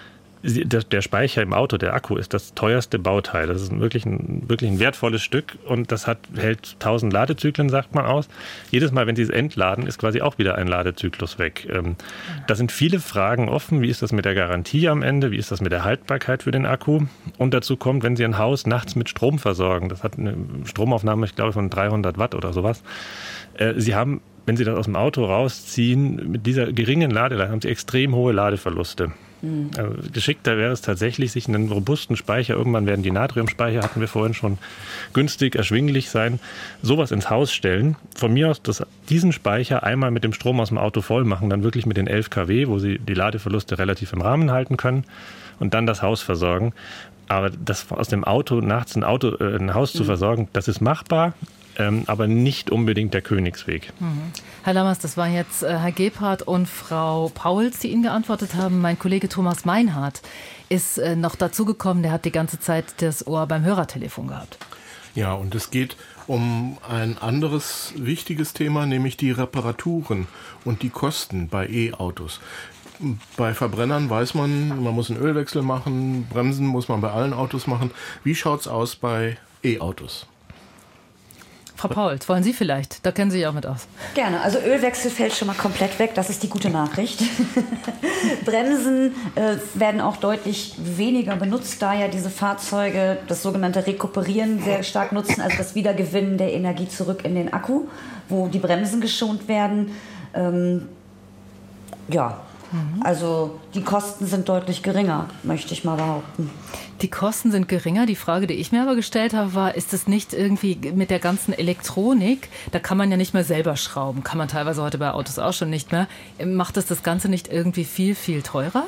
der Speicher im Auto, der Akku, ist das teuerste Bauteil. Das ist wirklich ein, wirklich ein wertvolles Stück und das hat, hält tausend Ladezyklen, sagt man aus. Jedes Mal, wenn Sie es entladen, ist quasi auch wieder ein Ladezyklus weg. Da sind viele Fragen offen. Wie ist das mit der Garantie am Ende? Wie ist das mit der Haltbarkeit für den Akku? Und dazu kommt, wenn Sie ein Haus nachts mit Strom versorgen, das hat eine Stromaufnahme, ich glaube, von dreihundert Watt oder sowas. Sie haben, wenn Sie das aus dem Auto rausziehen, mit dieser geringen Ladeleistung haben Sie extrem hohe Ladeverluste. Mhm. Also geschickter wäre es tatsächlich, sich einen robusten Speicher, irgendwann werden die Natriumspeicher, hatten wir vorhin schon, günstig, erschwinglich sein, sowas ins Haus stellen. Von mir aus das, diesen Speicher einmal mit dem Strom aus dem Auto voll machen, dann wirklich mit den elf Kilowatt, wo Sie die Ladeverluste relativ im Rahmen halten können und dann das Haus versorgen. Aber das aus dem Auto nachts ein, Auto, äh, ein Haus mhm. zu versorgen, das ist machbar. Ähm, aber nicht unbedingt der Königsweg. Mhm. Herr Lammers, das waren jetzt äh, Herr Gebhardt und Frau Pauls, die Ihnen geantwortet haben. Mein Kollege Thomas Meinhardt ist äh, noch dazugekommen. Der hat die ganze Zeit das Ohr beim Hörertelefon gehabt. Ja, und es geht um ein anderes wichtiges Thema, nämlich die Reparaturen und die Kosten bei E-Autos. Bei Verbrennern weiß man, man muss einen Ölwechsel machen, Bremsen muss man bei allen Autos machen. Wie schaut's aus bei E-Autos? Frau Paulz, wollen Sie vielleicht? Da kennen Sie sich auch mit aus. Gerne. Also Ölwechsel fällt schon mal komplett weg. Das ist die gute Nachricht. Bremsen äh, werden auch deutlich weniger benutzt, da ja diese Fahrzeuge das sogenannte Rekuperieren sehr stark nutzen, also das Wiedergewinnen der Energie zurück in den Akku, wo die Bremsen geschont werden. Ähm, ja, mhm. also die Kosten sind deutlich geringer, möchte ich mal behaupten. Die Kosten sind geringer. Die Frage, die ich mir aber gestellt habe, war, ist es nicht irgendwie mit der ganzen Elektronik, da kann man ja nicht mehr selber schrauben, kann man teilweise heute bei Autos auch schon nicht mehr. Macht das das Ganze nicht irgendwie viel, viel teurer?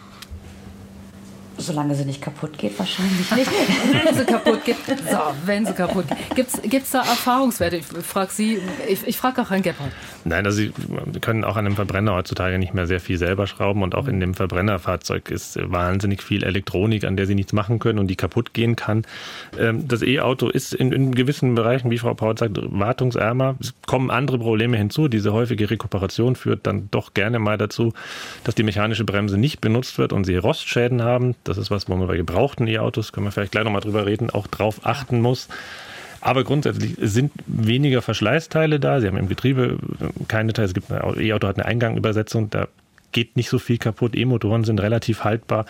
Solange sie nicht kaputt geht, wahrscheinlich nicht. Wenn sie kaputt geht. So, wenn sie kaputt geht. Gibt es da Erfahrungswerte? Ich frage Sie, ich, ich frage auch Herrn Gebhardt. Nein, also Sie können auch an einem Verbrenner heutzutage nicht mehr sehr viel selber schrauben und auch in dem Verbrennerfahrzeug ist wahnsinnig viel Elektronik, an der Sie nichts machen können und die kaputt gehen kann. Das E-Auto ist in, in gewissen Bereichen, wie Frau Paul sagt, wartungsärmer. Es kommen andere Probleme hinzu. Diese häufige Rekuperation führt dann doch gerne mal dazu, dass die mechanische Bremse nicht benutzt wird und Sie Rostschäden haben. Das ist was, wo man bei gebrauchten E-Autos, können wir vielleicht gleich nochmal drüber reden, auch drauf achten muss. Aber grundsätzlich sind weniger Verschleißteile da. Sie haben im Getriebe keine Teile. Es gibt ein E-Auto hat eine Eingangübersetzung, da geht nicht so viel kaputt. E-Motoren sind relativ haltbar.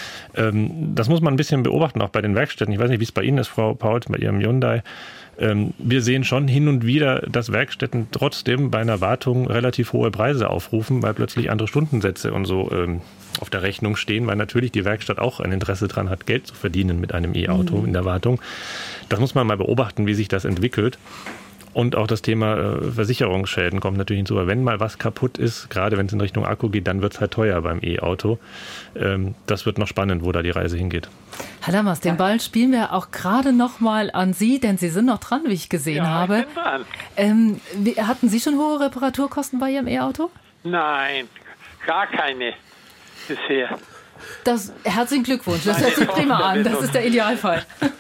Das muss man ein bisschen beobachten, auch bei den Werkstätten. Ich weiß nicht, wie es bei Ihnen ist, Frau Paul, bei Ihrem Hyundai. Wir sehen schon hin und wieder, dass Werkstätten trotzdem bei einer Wartung relativ hohe Preise aufrufen, weil plötzlich andere Stundensätze und so auf der Rechnung stehen, weil natürlich die Werkstatt auch ein Interesse daran hat, Geld zu verdienen mit einem E-Auto mhm. in der Wartung. Das muss man mal beobachten, wie sich das entwickelt. Und auch das Thema äh, Versicherungsschäden kommt natürlich hinzu. Aber wenn mal was kaputt ist, gerade wenn es in Richtung Akku geht, dann wird es halt teuer beim E-Auto. Ähm, das wird noch spannend, wo da die Reise hingeht. Herr Lammers, den Ball spielen wir auch gerade noch mal an Sie, denn Sie sind noch dran, wie ich gesehen ja, habe. Ich bin dran. Ähm, wie, hatten Sie schon hohe Reparaturkosten bei Ihrem E-Auto? Nein, gar keine bisher. Das, herzlichen Glückwunsch, das hört sich prima an. Das ist der Idealfall.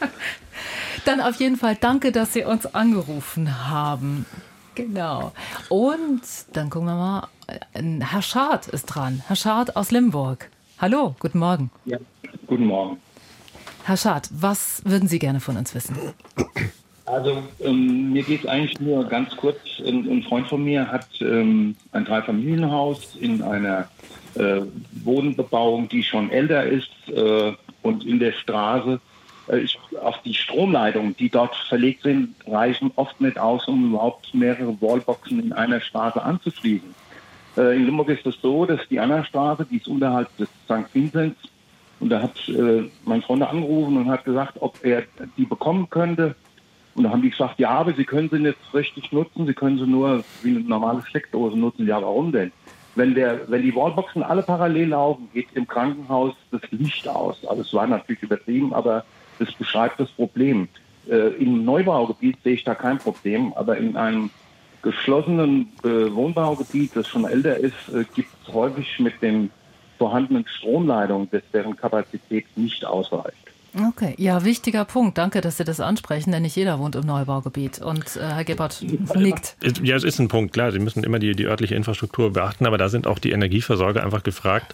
Dann auf jeden Fall danke, dass Sie uns angerufen haben. Genau. Und dann gucken wir mal, Herr Schad ist dran. Herr Schad aus Limburg. Hallo, guten Morgen. Ja, guten Morgen. Herr Schad, was würden Sie gerne von uns wissen? Also ähm, mir geht es eigentlich nur ganz kurz. Ein, ein Freund von mir hat ähm, ein Dreifamilienhaus in einer äh, Wohnbebauung, die schon älter ist äh, und in der Straße. Ich, auch die Stromleitungen, die dort verlegt sind, reichen oft nicht aus, um überhaupt mehrere Wallboxen in einer Straße anzuschließen. Äh, in Limburg ist es so, dass die andere Straße, die ist unterhalb des Sankt Vinzenz, und da hat äh, mein Freund angerufen und hat gesagt, ob er die bekommen könnte. Und da haben die gesagt, ja, aber Sie können sie nicht richtig nutzen, Sie können sie nur wie eine normale Steckdose nutzen. Ja, warum denn? Wenn, der, wenn die Wallboxen alle parallel laufen, geht im Krankenhaus das Licht aus. Also es war natürlich übertrieben, aber das beschreibt das Problem. Äh, Im Neubaugebiet sehe ich da kein Problem, aber in einem geschlossenen äh, Wohnbaugebiet, das schon älter ist, äh, gibt es häufig mit den vorhandenen Stromleitungen, dass deren Kapazität nicht ausreicht. Okay, ja, wichtiger Punkt. Danke, dass Sie das ansprechen, denn nicht jeder wohnt im Neubaugebiet. Und äh, Herr Gebhardt nickt. Ja, es ist ein Punkt, klar. Sie müssen immer die, die örtliche Infrastruktur beachten, aber da sind auch die Energieversorger einfach gefragt,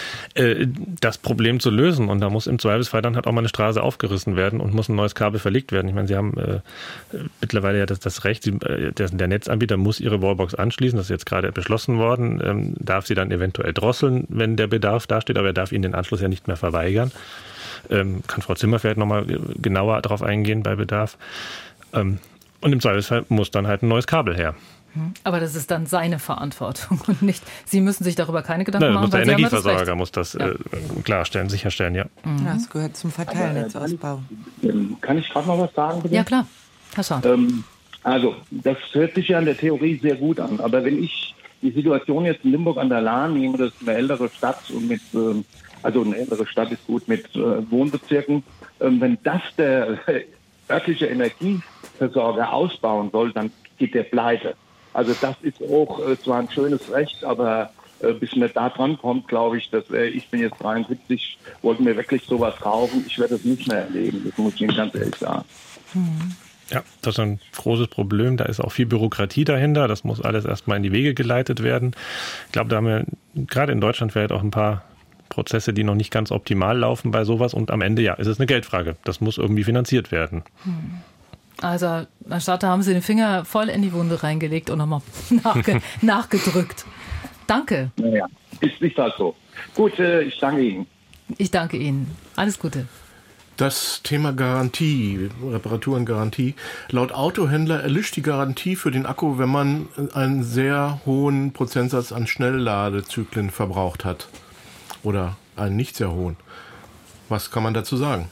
äh, das Problem zu lösen. Und da muss im Zweifelsfall dann halt auch mal eine Straße aufgerissen werden und muss ein neues Kabel verlegt werden. Ich meine, Sie haben äh, mittlerweile ja das, das Recht, Sie, äh, der, der Netzanbieter muss Ihre Wallbox anschließen. Das ist jetzt gerade beschlossen worden. Ähm, darf sie dann eventuell drosseln, wenn der Bedarf dasteht, aber er darf Ihnen den Anschluss ja nicht mehr verweigern. Ähm, kann Frau Zimmer vielleicht nochmal genauer darauf eingehen bei Bedarf. Ähm, und im Zweifelsfall muss dann halt ein neues Kabel her. Aber das ist dann seine Verantwortung und nicht, Sie müssen sich darüber keine Gedanken Nein, machen. Muss der weil Energieversorger das muss das ja. äh, klarstellen, sicherstellen, ja. Mhm. Das gehört zum Verteilnetzausbau. Ähm, kann ich gerade noch was sagen, bitte? Ja, klar. Herr Schad. Ähm, also, das hört sich ja in der Theorie sehr gut an. Aber wenn ich die Situation jetzt in Limburg an der Lahn nehme, das ist eine ältere Stadt und mit ähm, also eine ältere Stadt ist gut mit äh, Wohnbezirken. Ähm, wenn das der äh, örtliche Energieversorger ausbauen soll, dann geht der pleite. Also das ist auch äh, zwar ein schönes Recht, aber äh, bis man da dran kommt, glaube ich, dass äh, ich bin jetzt dreiundsiebzig, wollte mir wirklich sowas kaufen. Ich werde das nicht mehr erleben, das muss ich Ihnen ganz ehrlich sagen. Mhm. Ja, das ist ein großes Problem. Da ist auch viel Bürokratie dahinter. Das muss alles erstmal in die Wege geleitet werden. Ich glaube, da haben wir gerade in Deutschland vielleicht auch ein paar Prozesse, die noch nicht ganz optimal laufen bei sowas. Und am Ende, ja, ist es eine Geldfrage. Das muss irgendwie finanziert werden. Hm. Also, Herr Statter, haben Sie den Finger voll in die Wunde reingelegt und nochmal nachge- nachgedrückt. Danke. Naja, ist nicht halt so. Gut, äh, ich danke Ihnen. Ich danke Ihnen. Alles Gute. Das Thema Garantie, Reparaturengarantie. Laut Autohändler erlischt die Garantie für den Akku, wenn man einen sehr hohen Prozentsatz an Schnellladezyklen verbraucht hat. Oder einen nicht sehr hohen. Was kann man dazu sagen?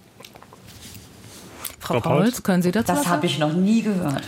Frau Pauls, können Sie dazu was sagen? Das habe ich noch nie gehört.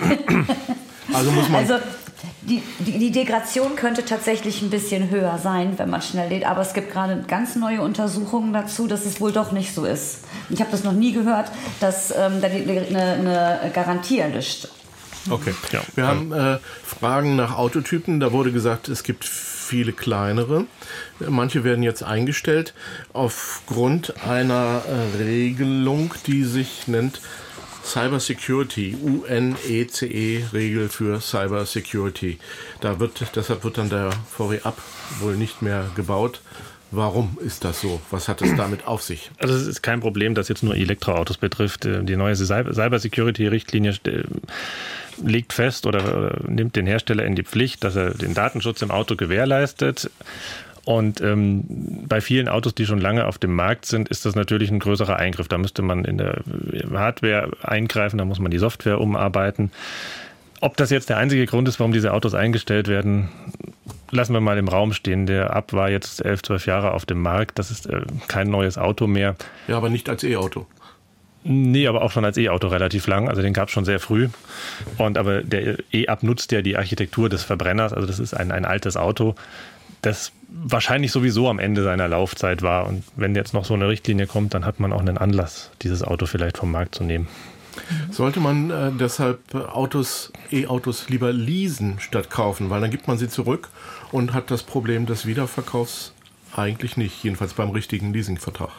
Also muss man... Also die, die, die Degradation könnte tatsächlich ein bisschen höher sein, wenn man schnell lädt. Aber es gibt gerade ganz neue Untersuchungen dazu, dass es wohl doch nicht so ist. Ich habe das noch nie gehört, dass ähm, da die, eine, eine Garantie erlischt. Okay, ja. Wir haben äh, Fragen nach Autotypen. Da wurde gesagt, es gibt viele kleinere. Manche werden jetzt eingestellt aufgrund einer äh, Regelung, die sich nennt Cyber Security, U N E C E-Regel für Cyber Security. Da wird, deshalb wird dann der V W Up wohl nicht mehr gebaut. Warum ist das so? Was hat es damit auf sich? Also es ist kein Problem, das jetzt nur Elektroautos betrifft. Die neue Cyber Security-Richtlinie legt fest oder nimmt den Hersteller in die Pflicht, dass er den Datenschutz im Auto gewährleistet. Und ähm, bei vielen Autos, die schon lange auf dem Markt sind, ist das natürlich ein größerer Eingriff. Da müsste man in der Hardware eingreifen, da muss man die Software umarbeiten. Ob das jetzt der einzige Grund ist, warum diese Autos eingestellt werden, lassen wir mal im Raum stehen. Der Up war jetzt elf, zwölf Jahre auf dem Markt. Das ist äh, kein neues Auto mehr. Ja, aber nicht als E-Auto. Nee, aber auch schon als E-Auto relativ lang. Also den gab es schon sehr früh. Und aber der E-Up nutzt ja die Architektur des Verbrenners. Also das ist ein, ein altes Auto, das wahrscheinlich sowieso am Ende seiner Laufzeit war. Und wenn jetzt noch so eine Richtlinie kommt, dann hat man auch einen Anlass, dieses Auto vielleicht vom Markt zu nehmen. Sollte man äh, deshalb Autos, E-Autos lieber leasen statt kaufen, weil dann gibt man sie zurück und hat das Problem des Wiederverkaufs eigentlich nicht, jedenfalls beim richtigen Leasingvertrag.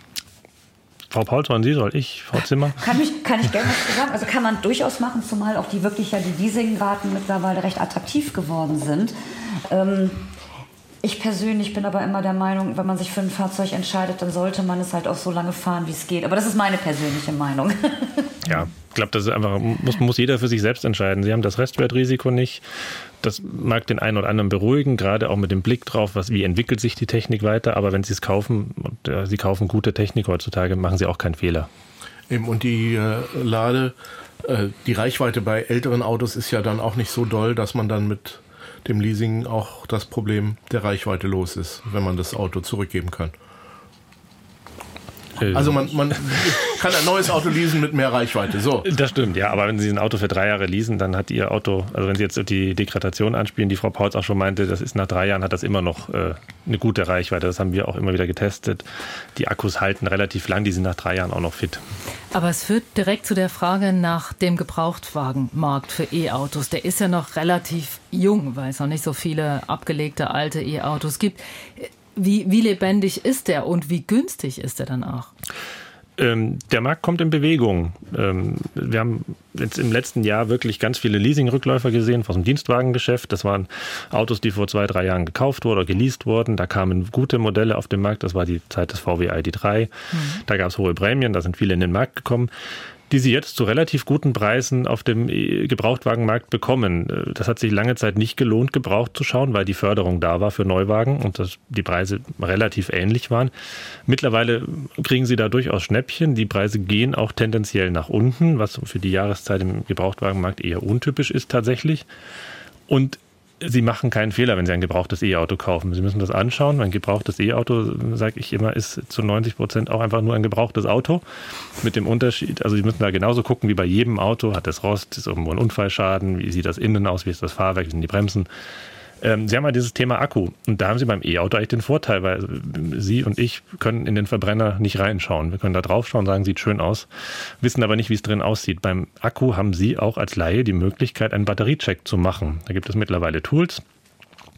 Frau Pauls, wollen Sie, soll ich, Frau Zimmer? Kann ich, kann ich gerne was sagen. Also kann man durchaus machen, zumal auch die wirklich ja die Leasingraten mittlerweile recht attraktiv geworden sind. Ähm, Ich persönlich bin aber immer der Meinung, wenn man sich für ein Fahrzeug entscheidet, dann sollte man es halt auch so lange fahren, wie es geht. Aber das ist meine persönliche Meinung. Ja, ich glaube, das ist einfach, muss, muss jeder für sich selbst entscheiden. Sie haben das Restwertrisiko nicht. Das mag den einen oder anderen beruhigen, gerade auch mit dem Blick drauf, was, wie entwickelt sich die Technik weiter. Aber wenn Sie es kaufen, und äh, Sie kaufen gute Technik heutzutage, machen Sie auch keinen Fehler. Eben, und die äh, Lade, äh, die Reichweite bei älteren Autos ist ja dann auch nicht so doll, dass man dann mit dem Leasing auch das Problem der Reichweite los ist, wenn man das Auto zurückgeben kann. Also man, man kann ein neues Auto leasen mit mehr Reichweite. So. Das stimmt, ja. Aber wenn Sie ein Auto für drei Jahre leasen, dann hat Ihr Auto, also wenn Sie jetzt die Degradation anspielen, die Frau Pauls auch schon meinte, das ist nach drei Jahren, hat das immer noch äh, eine gute Reichweite. Das haben wir auch immer wieder getestet. Die Akkus halten relativ lang, die sind nach drei Jahren auch noch fit. Aber es führt direkt zu der Frage nach dem Gebrauchtwagenmarkt für E-Autos. Der ist ja noch relativ jung, weil es noch nicht so viele abgelegte alte E-Autos gibt. Wie, wie lebendig ist der und wie günstig ist der dann auch? Ähm, der Markt kommt in Bewegung. Ähm, wir haben jetzt im letzten Jahr wirklich ganz viele Leasing-Rückläufer gesehen aus dem Dienstwagengeschäft. Das waren Autos, die vor zwei, drei Jahren gekauft wurden oder geleast wurden. Da kamen gute Modelle auf den Markt. Das war die Zeit des V W I D drei. Mhm. Da gab es hohe Prämien, da sind viele in den Markt gekommen, die sie jetzt zu relativ guten Preisen auf dem Gebrauchtwagenmarkt bekommen. Das hat sich lange Zeit nicht gelohnt, gebraucht zu schauen, weil die Förderung da war für Neuwagen und das, die Preise relativ ähnlich waren. Mittlerweile kriegen sie da durchaus Schnäppchen. Die Preise gehen auch tendenziell nach unten, was für die Jahreszeit im Gebrauchtwagenmarkt eher untypisch ist tatsächlich. Und Sie machen keinen Fehler, wenn Sie ein gebrauchtes E-Auto kaufen. Sie müssen das anschauen. Ein gebrauchtes E-Auto, sage ich immer, ist zu neunzig Prozent auch einfach nur ein gebrauchtes Auto. Mit dem Unterschied, also Sie müssen da genauso gucken wie bei jedem Auto. Hat es Rost, ist irgendwo ein Unfallschaden, wie sieht das innen aus, wie ist das Fahrwerk, wie sind die Bremsen. Ähm, Sie haben ja dieses Thema Akku. Und da haben Sie beim E-Auto eigentlich den Vorteil, weil Sie und ich können in den Verbrenner nicht reinschauen. Wir können da drauf schauen, sagen, sieht schön aus, wissen aber nicht, wie es drin aussieht. Beim Akku haben Sie auch als Laie die Möglichkeit, einen Batteriecheck zu machen. Da gibt es mittlerweile Tools.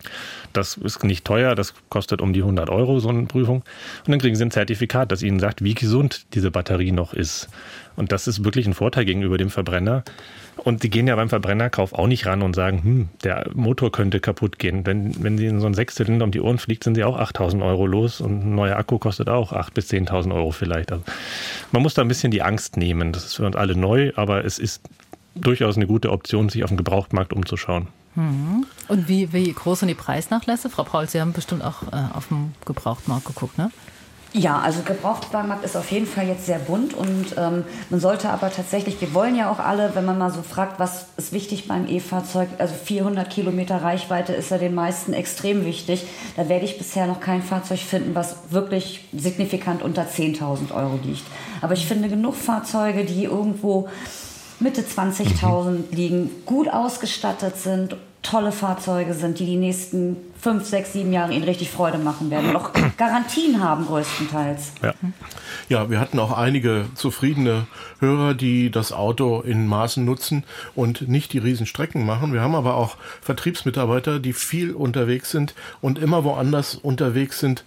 Das ist nicht teuer, das kostet um die hundert Euro, so eine Prüfung. Und dann kriegen Sie ein Zertifikat, das Ihnen sagt, wie gesund diese Batterie noch ist. Und das ist wirklich ein Vorteil gegenüber dem Verbrenner. Und Sie gehen ja beim Verbrennerkauf auch nicht ran und sagen, hm, der Motor könnte kaputt gehen. Wenn, wenn Sie in so einen Sechszylinder um die Ohren fliegt, sind Sie auch achttausend Euro los und ein neuer Akku kostet auch achttausend bis zehntausend Euro vielleicht. Also man muss da ein bisschen die Angst nehmen. Das ist für uns alle neu, aber es ist durchaus eine gute Option, sich auf dem Gebrauchtmarkt umzuschauen. Mhm. Und wie, wie groß sind die Preisnachlässe? Frau Paul, Sie haben bestimmt auch äh, auf dem Gebrauchtmarkt geguckt, ne? Ja, also Gebrauchtwagenmarkt ist auf jeden Fall jetzt sehr bunt und ähm, man sollte aber tatsächlich, wir wollen ja auch alle, wenn man mal so fragt, was ist wichtig beim E-Fahrzeug, also vierhundert Kilometer Reichweite ist ja den meisten extrem wichtig. Da werde ich bisher noch kein Fahrzeug finden, was wirklich signifikant unter zehntausend Euro liegt. Aber ich finde genug Fahrzeuge, die irgendwo Mitte zwanzigtausend liegen, gut ausgestattet sind, tolle Fahrzeuge sind, die die nächsten fünf, sechs, sieben Jahre Ihnen richtig Freude machen werden und auch Garantien haben größtenteils. Ja. Ja, wir hatten auch einige zufriedene Hörer, die das Auto in Maßen nutzen und nicht die Riesenstrecken machen. Wir haben aber auch Vertriebsmitarbeiter, die viel unterwegs sind und immer woanders unterwegs sind.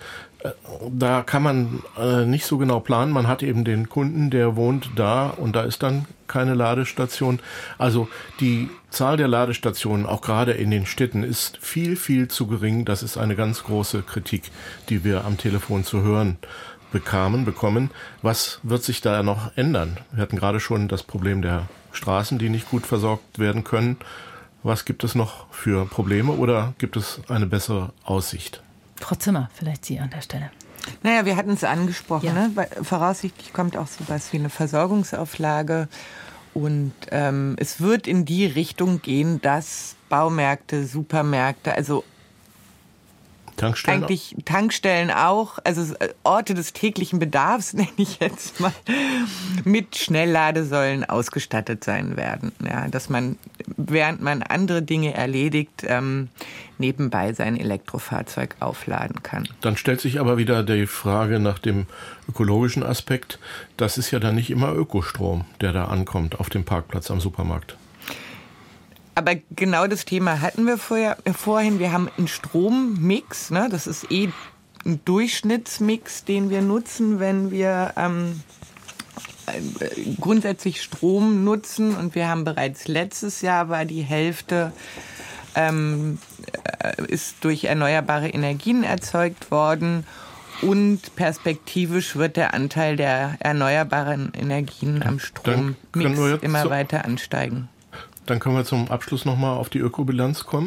Da kann man äh, nicht so genau planen. Man hat eben den Kunden, der wohnt da und da ist dann keine Ladestation. Also die Zahl der Ladestationen, auch gerade in den Städten, ist viel, viel zu gering. Das ist eine ganz große Kritik, die wir am Telefon zu hören bekamen, bekommen. Was wird sich da noch ändern? Wir hatten gerade schon das Problem der Straßen, die nicht gut versorgt werden können. Was gibt es noch für Probleme oder gibt es eine bessere Aussicht? Frau Zimmer, vielleicht Sie an der Stelle. Naja, wir hatten es angesprochen. Ja. Ne? Voraussichtlich kommt auch sowas wie eine Versorgungsauflage. Und ähm, es wird in die Richtung gehen, dass Baumärkte, Supermärkte, also Tankstellen eigentlich auch? Tankstellen auch, also Orte des täglichen Bedarfs, nenne ich jetzt mal, mit Schnellladesäulen ausgestattet sein werden. Ja, dass man, während man andere Dinge erledigt, ähm, nebenbei sein Elektrofahrzeug aufladen kann. Dann stellt sich aber wieder die Frage nach dem ökologischen Aspekt. Das ist ja dann nicht immer Ökostrom, der da ankommt auf dem Parkplatz am Supermarkt. Aber genau das Thema hatten wir vorher, vorhin. Wir haben einen Strommix, ne? Das ist eh ein Durchschnittsmix, den wir nutzen, wenn wir ähm, grundsätzlich Strom nutzen. Und wir haben bereits letztes Jahr war die Hälfte ähm, ist durch erneuerbare Energien erzeugt worden. Und perspektivisch wird der Anteil der erneuerbaren Energien am Strommix immer weiter ansteigen. Dann können wir zum Abschluss nochmal auf die Ökobilanz kommen.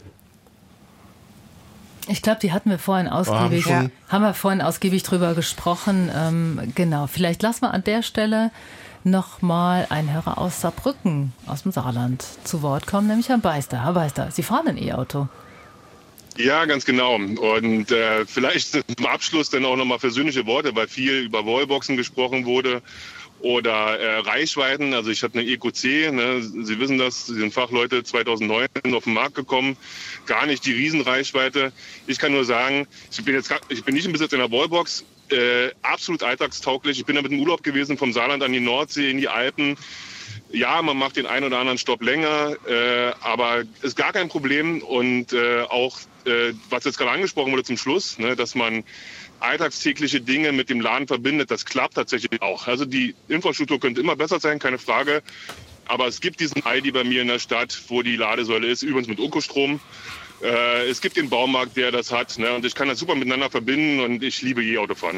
Ich glaube, die hatten wir vorhin ausgiebig, ja. haben wir vorhin ausgiebig drüber gesprochen. Ähm, genau, vielleicht lassen wir an der Stelle nochmal einen Hörer aus Saarbrücken, aus dem Saarland, zu Wort kommen, nämlich Herrn Beister. Herr Beister, Sie fahren ein E-Auto. Ja, ganz genau. Und äh, vielleicht zum Abschluss dann auch nochmal versöhnliche Worte, weil viel über Wallboxen gesprochen wurde. Oder äh, Reichweiten, also ich habe eine E Q C, ne? Sie wissen das, Sie sind Fachleute, zweitausendneun auf den Markt gekommen, gar nicht die Riesenreichweite. Ich kann nur sagen, ich bin jetzt ich bin nicht im Besitz einer Wallbox, äh, absolut alltagstauglich. Ich bin damit im Urlaub gewesen, vom Saarland an die Nordsee, in die Alpen. Ja, man macht den einen oder anderen Stopp länger, äh, aber ist gar kein Problem. Und äh, auch, äh, was jetzt gerade angesprochen wurde zum Schluss, ne, dass man alltagstägliche Dinge mit dem Laden verbindet, das klappt tatsächlich auch. Also die Infrastruktur könnte immer besser sein, keine Frage. Aber es gibt diesen Aldi bei mir in der Stadt, wo die Ladesäule ist, übrigens mit Ökostrom. Äh, es gibt den Baumarkt, der das hat. Ne? Und ich kann das super miteinander verbinden und ich liebe E-Autofahren.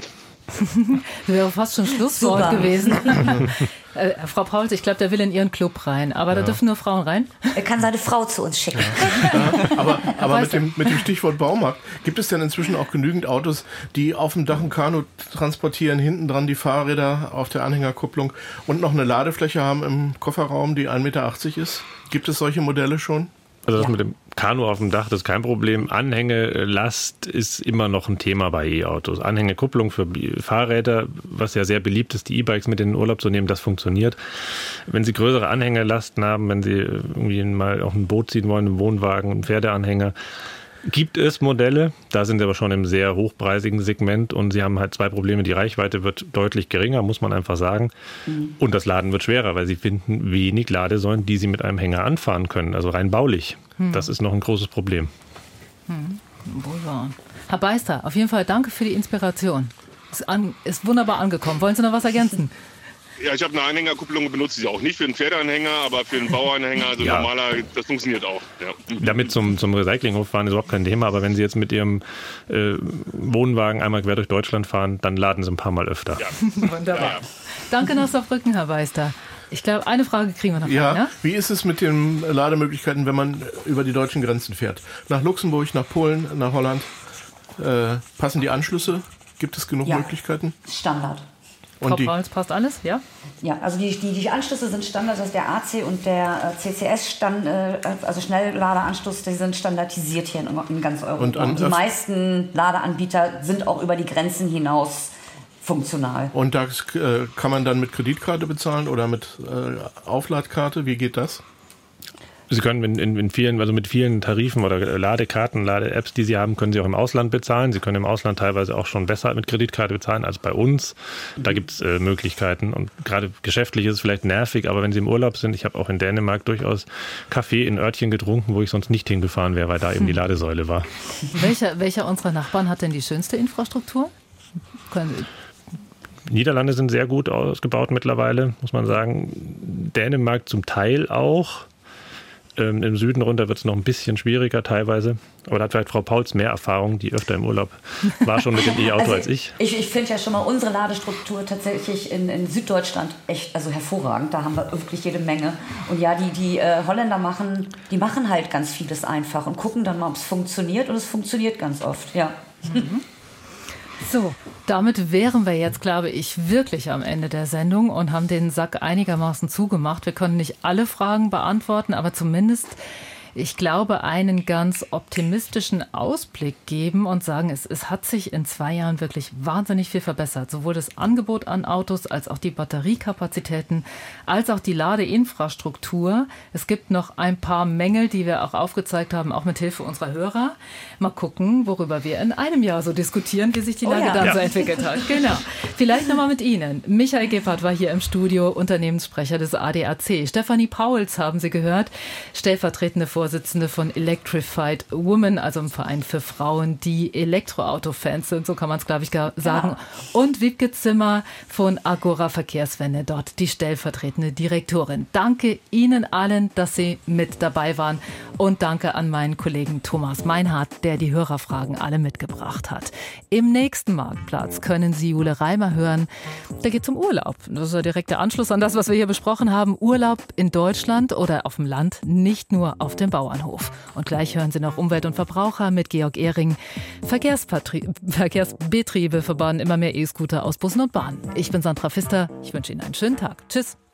Das wäre fast schon Schlusswort Super. gewesen. äh, Frau Pauls, ich glaube, der will in Ihren Club rein. Aber ja. da dürfen nur Frauen rein. Er kann seine Frau zu uns schicken. Ja. Ja, aber aber mit, dem, mit dem Stichwort Baumarkt, gibt es denn inzwischen auch genügend Autos, die auf dem Dach ein Kanu transportieren, hinten dran die Fahrräder auf der Anhängerkupplung und noch eine Ladefläche haben im Kofferraum, die ein Meter achtzig ist? Gibt es solche Modelle schon? Also das ja. mit dem Kanu auf dem Dach, das ist kein Problem. Anhängelast ist immer noch ein Thema bei E-Autos. Anhängekupplung für Fahrräder, was ja sehr beliebt ist, die E-Bikes mit in den Urlaub zu nehmen, das funktioniert. Wenn Sie größere Anhängerlasten haben, wenn Sie irgendwie mal auf ein Boot ziehen wollen, einen Wohnwagen, einen Pferdeanhänger, gibt es Modelle, da sind sie aber schon im sehr hochpreisigen Segment und sie haben halt zwei Probleme. Die Reichweite wird deutlich geringer, muss man einfach sagen. Mhm. Und das Laden wird schwerer, weil sie finden wenig Ladesäulen, die sie mit einem Hänger anfahren können, also rein baulich. Mhm. Das ist noch ein großes Problem. Hm. Wohlwahr. Herr Beister, auf jeden Fall danke für die Inspiration. Ist, an, ist wunderbar angekommen. Wollen Sie noch was ergänzen? Ja, ich habe eine Anhängerkupplung, benutze sie auch nicht für einen Pferdeanhänger, aber für einen Bauanhänger, also ja. normaler, das funktioniert auch. Ja. Damit zum, zum Recyclinghof fahren ist überhaupt kein Thema, aber wenn Sie jetzt mit Ihrem äh, Wohnwagen einmal quer durch Deutschland fahren, dann laden Sie ein paar Mal öfter. Ja. Wunderbar. Ja. Danke nach Saarbrücken, Herr Beister. Ich glaube, eine Frage kriegen wir noch. Ja, rein, ja, wie ist es mit den Lademöglichkeiten, wenn man über die deutschen Grenzen fährt? Nach Luxemburg, nach Polen, nach Holland, äh, passen die Anschlüsse? Gibt es genug ja. Möglichkeiten? Standard. Und Frau Pauls, passt alles, ja? Ja, also die, die, die Anschlüsse sind Standard, also der A C und der äh, C C S, stand, äh, also Schnellladeanschluss, die sind standardisiert hier in, in ganz Europa. Und, und die meisten Ladeanbieter sind auch über die Grenzen hinaus funktional. Und da äh, kann man dann mit Kreditkarte bezahlen oder mit äh, Aufladkarte? Wie geht das? Sie können in, in, in vielen, also mit vielen Tarifen oder Ladekarten, Lade-Apps, die Sie haben, können Sie auch im Ausland bezahlen. Sie können im Ausland teilweise auch schon besser mit Kreditkarte bezahlen als bei uns. Da gibt es äh, Möglichkeiten. Und gerade geschäftlich ist es vielleicht nervig, aber wenn Sie im Urlaub sind, ich habe auch in Dänemark durchaus Kaffee in Örtchen getrunken, wo ich sonst nicht hingefahren wäre, weil da eben die Ladesäule war. Welcher, welcher unserer Nachbarn hat denn die schönste Infrastruktur? Können Sie Niederlande sind sehr gut ausgebaut mittlerweile, muss man sagen. Dänemark zum Teil auch. Ähm, Im Süden runter wird es noch ein bisschen schwieriger teilweise. Aber da hat vielleicht Frau Pauls mehr Erfahrung, die öfter im Urlaub war schon mit dem E-Auto also als ich. Ich, ich finde ja schon mal unsere Ladestruktur tatsächlich in, in Süddeutschland echt also hervorragend. Da haben wir wirklich jede Menge. Und ja, die, die äh, Holländer machen, die machen halt ganz vieles einfach und gucken dann mal, ob es funktioniert. Und es funktioniert ganz oft, ja. Mhm. So, damit wären wir jetzt, glaube ich, wirklich am Ende der Sendung und haben den Sack einigermaßen zugemacht. Wir können nicht alle Fragen beantworten, aber zumindest, ich glaube, einen ganz optimistischen Ausblick geben und sagen, es, es hat sich in zwei Jahren wirklich wahnsinnig viel verbessert. Sowohl das Angebot an Autos als auch die Batteriekapazitäten, als auch die Ladeinfrastruktur. Es gibt noch ein paar Mängel, die wir auch aufgezeigt haben, auch mit Hilfe unserer Hörer. Mal gucken, worüber wir in einem Jahr so diskutieren, wie sich die Lage oh ja. dann ja. so entwickelt hat. Genau. Vielleicht nochmal mit Ihnen. Michael Gebhardt war hier im Studio, Unternehmenssprecher des A D A C. Stefanie Pauls haben Sie gehört, stellvertretende Vorsitzende von Electrified Women, also im Verein für Frauen, die Elektroauto-Fans sind, so kann man es, glaube ich, sagen. Ja. Und Wiebke Zimmer von Agora Verkehrswende, dort die stellvertretende Direktorin. Danke Ihnen allen, dass Sie mit dabei waren und danke an meinen Kollegen Thomas Meinhardt, der die Hörerfragen alle mitgebracht hat. Im nächsten Marktplatz können Sie Jule Reimer hören. Da geht es um Urlaub. Das ist der direkte Anschluss an das, was wir hier besprochen haben. Urlaub in Deutschland oder auf dem Land, nicht nur auf dem Bauernhof. Und gleich hören Sie noch Umwelt und Verbraucher mit Georg Ehring. Verkehrspatri- Verkehrsbetriebe verbannen immer mehr E-Scooter aus Bussen und Bahnen. Ich bin Sandra Pfister. Ich wünsche Ihnen einen schönen Tag. Tschüss.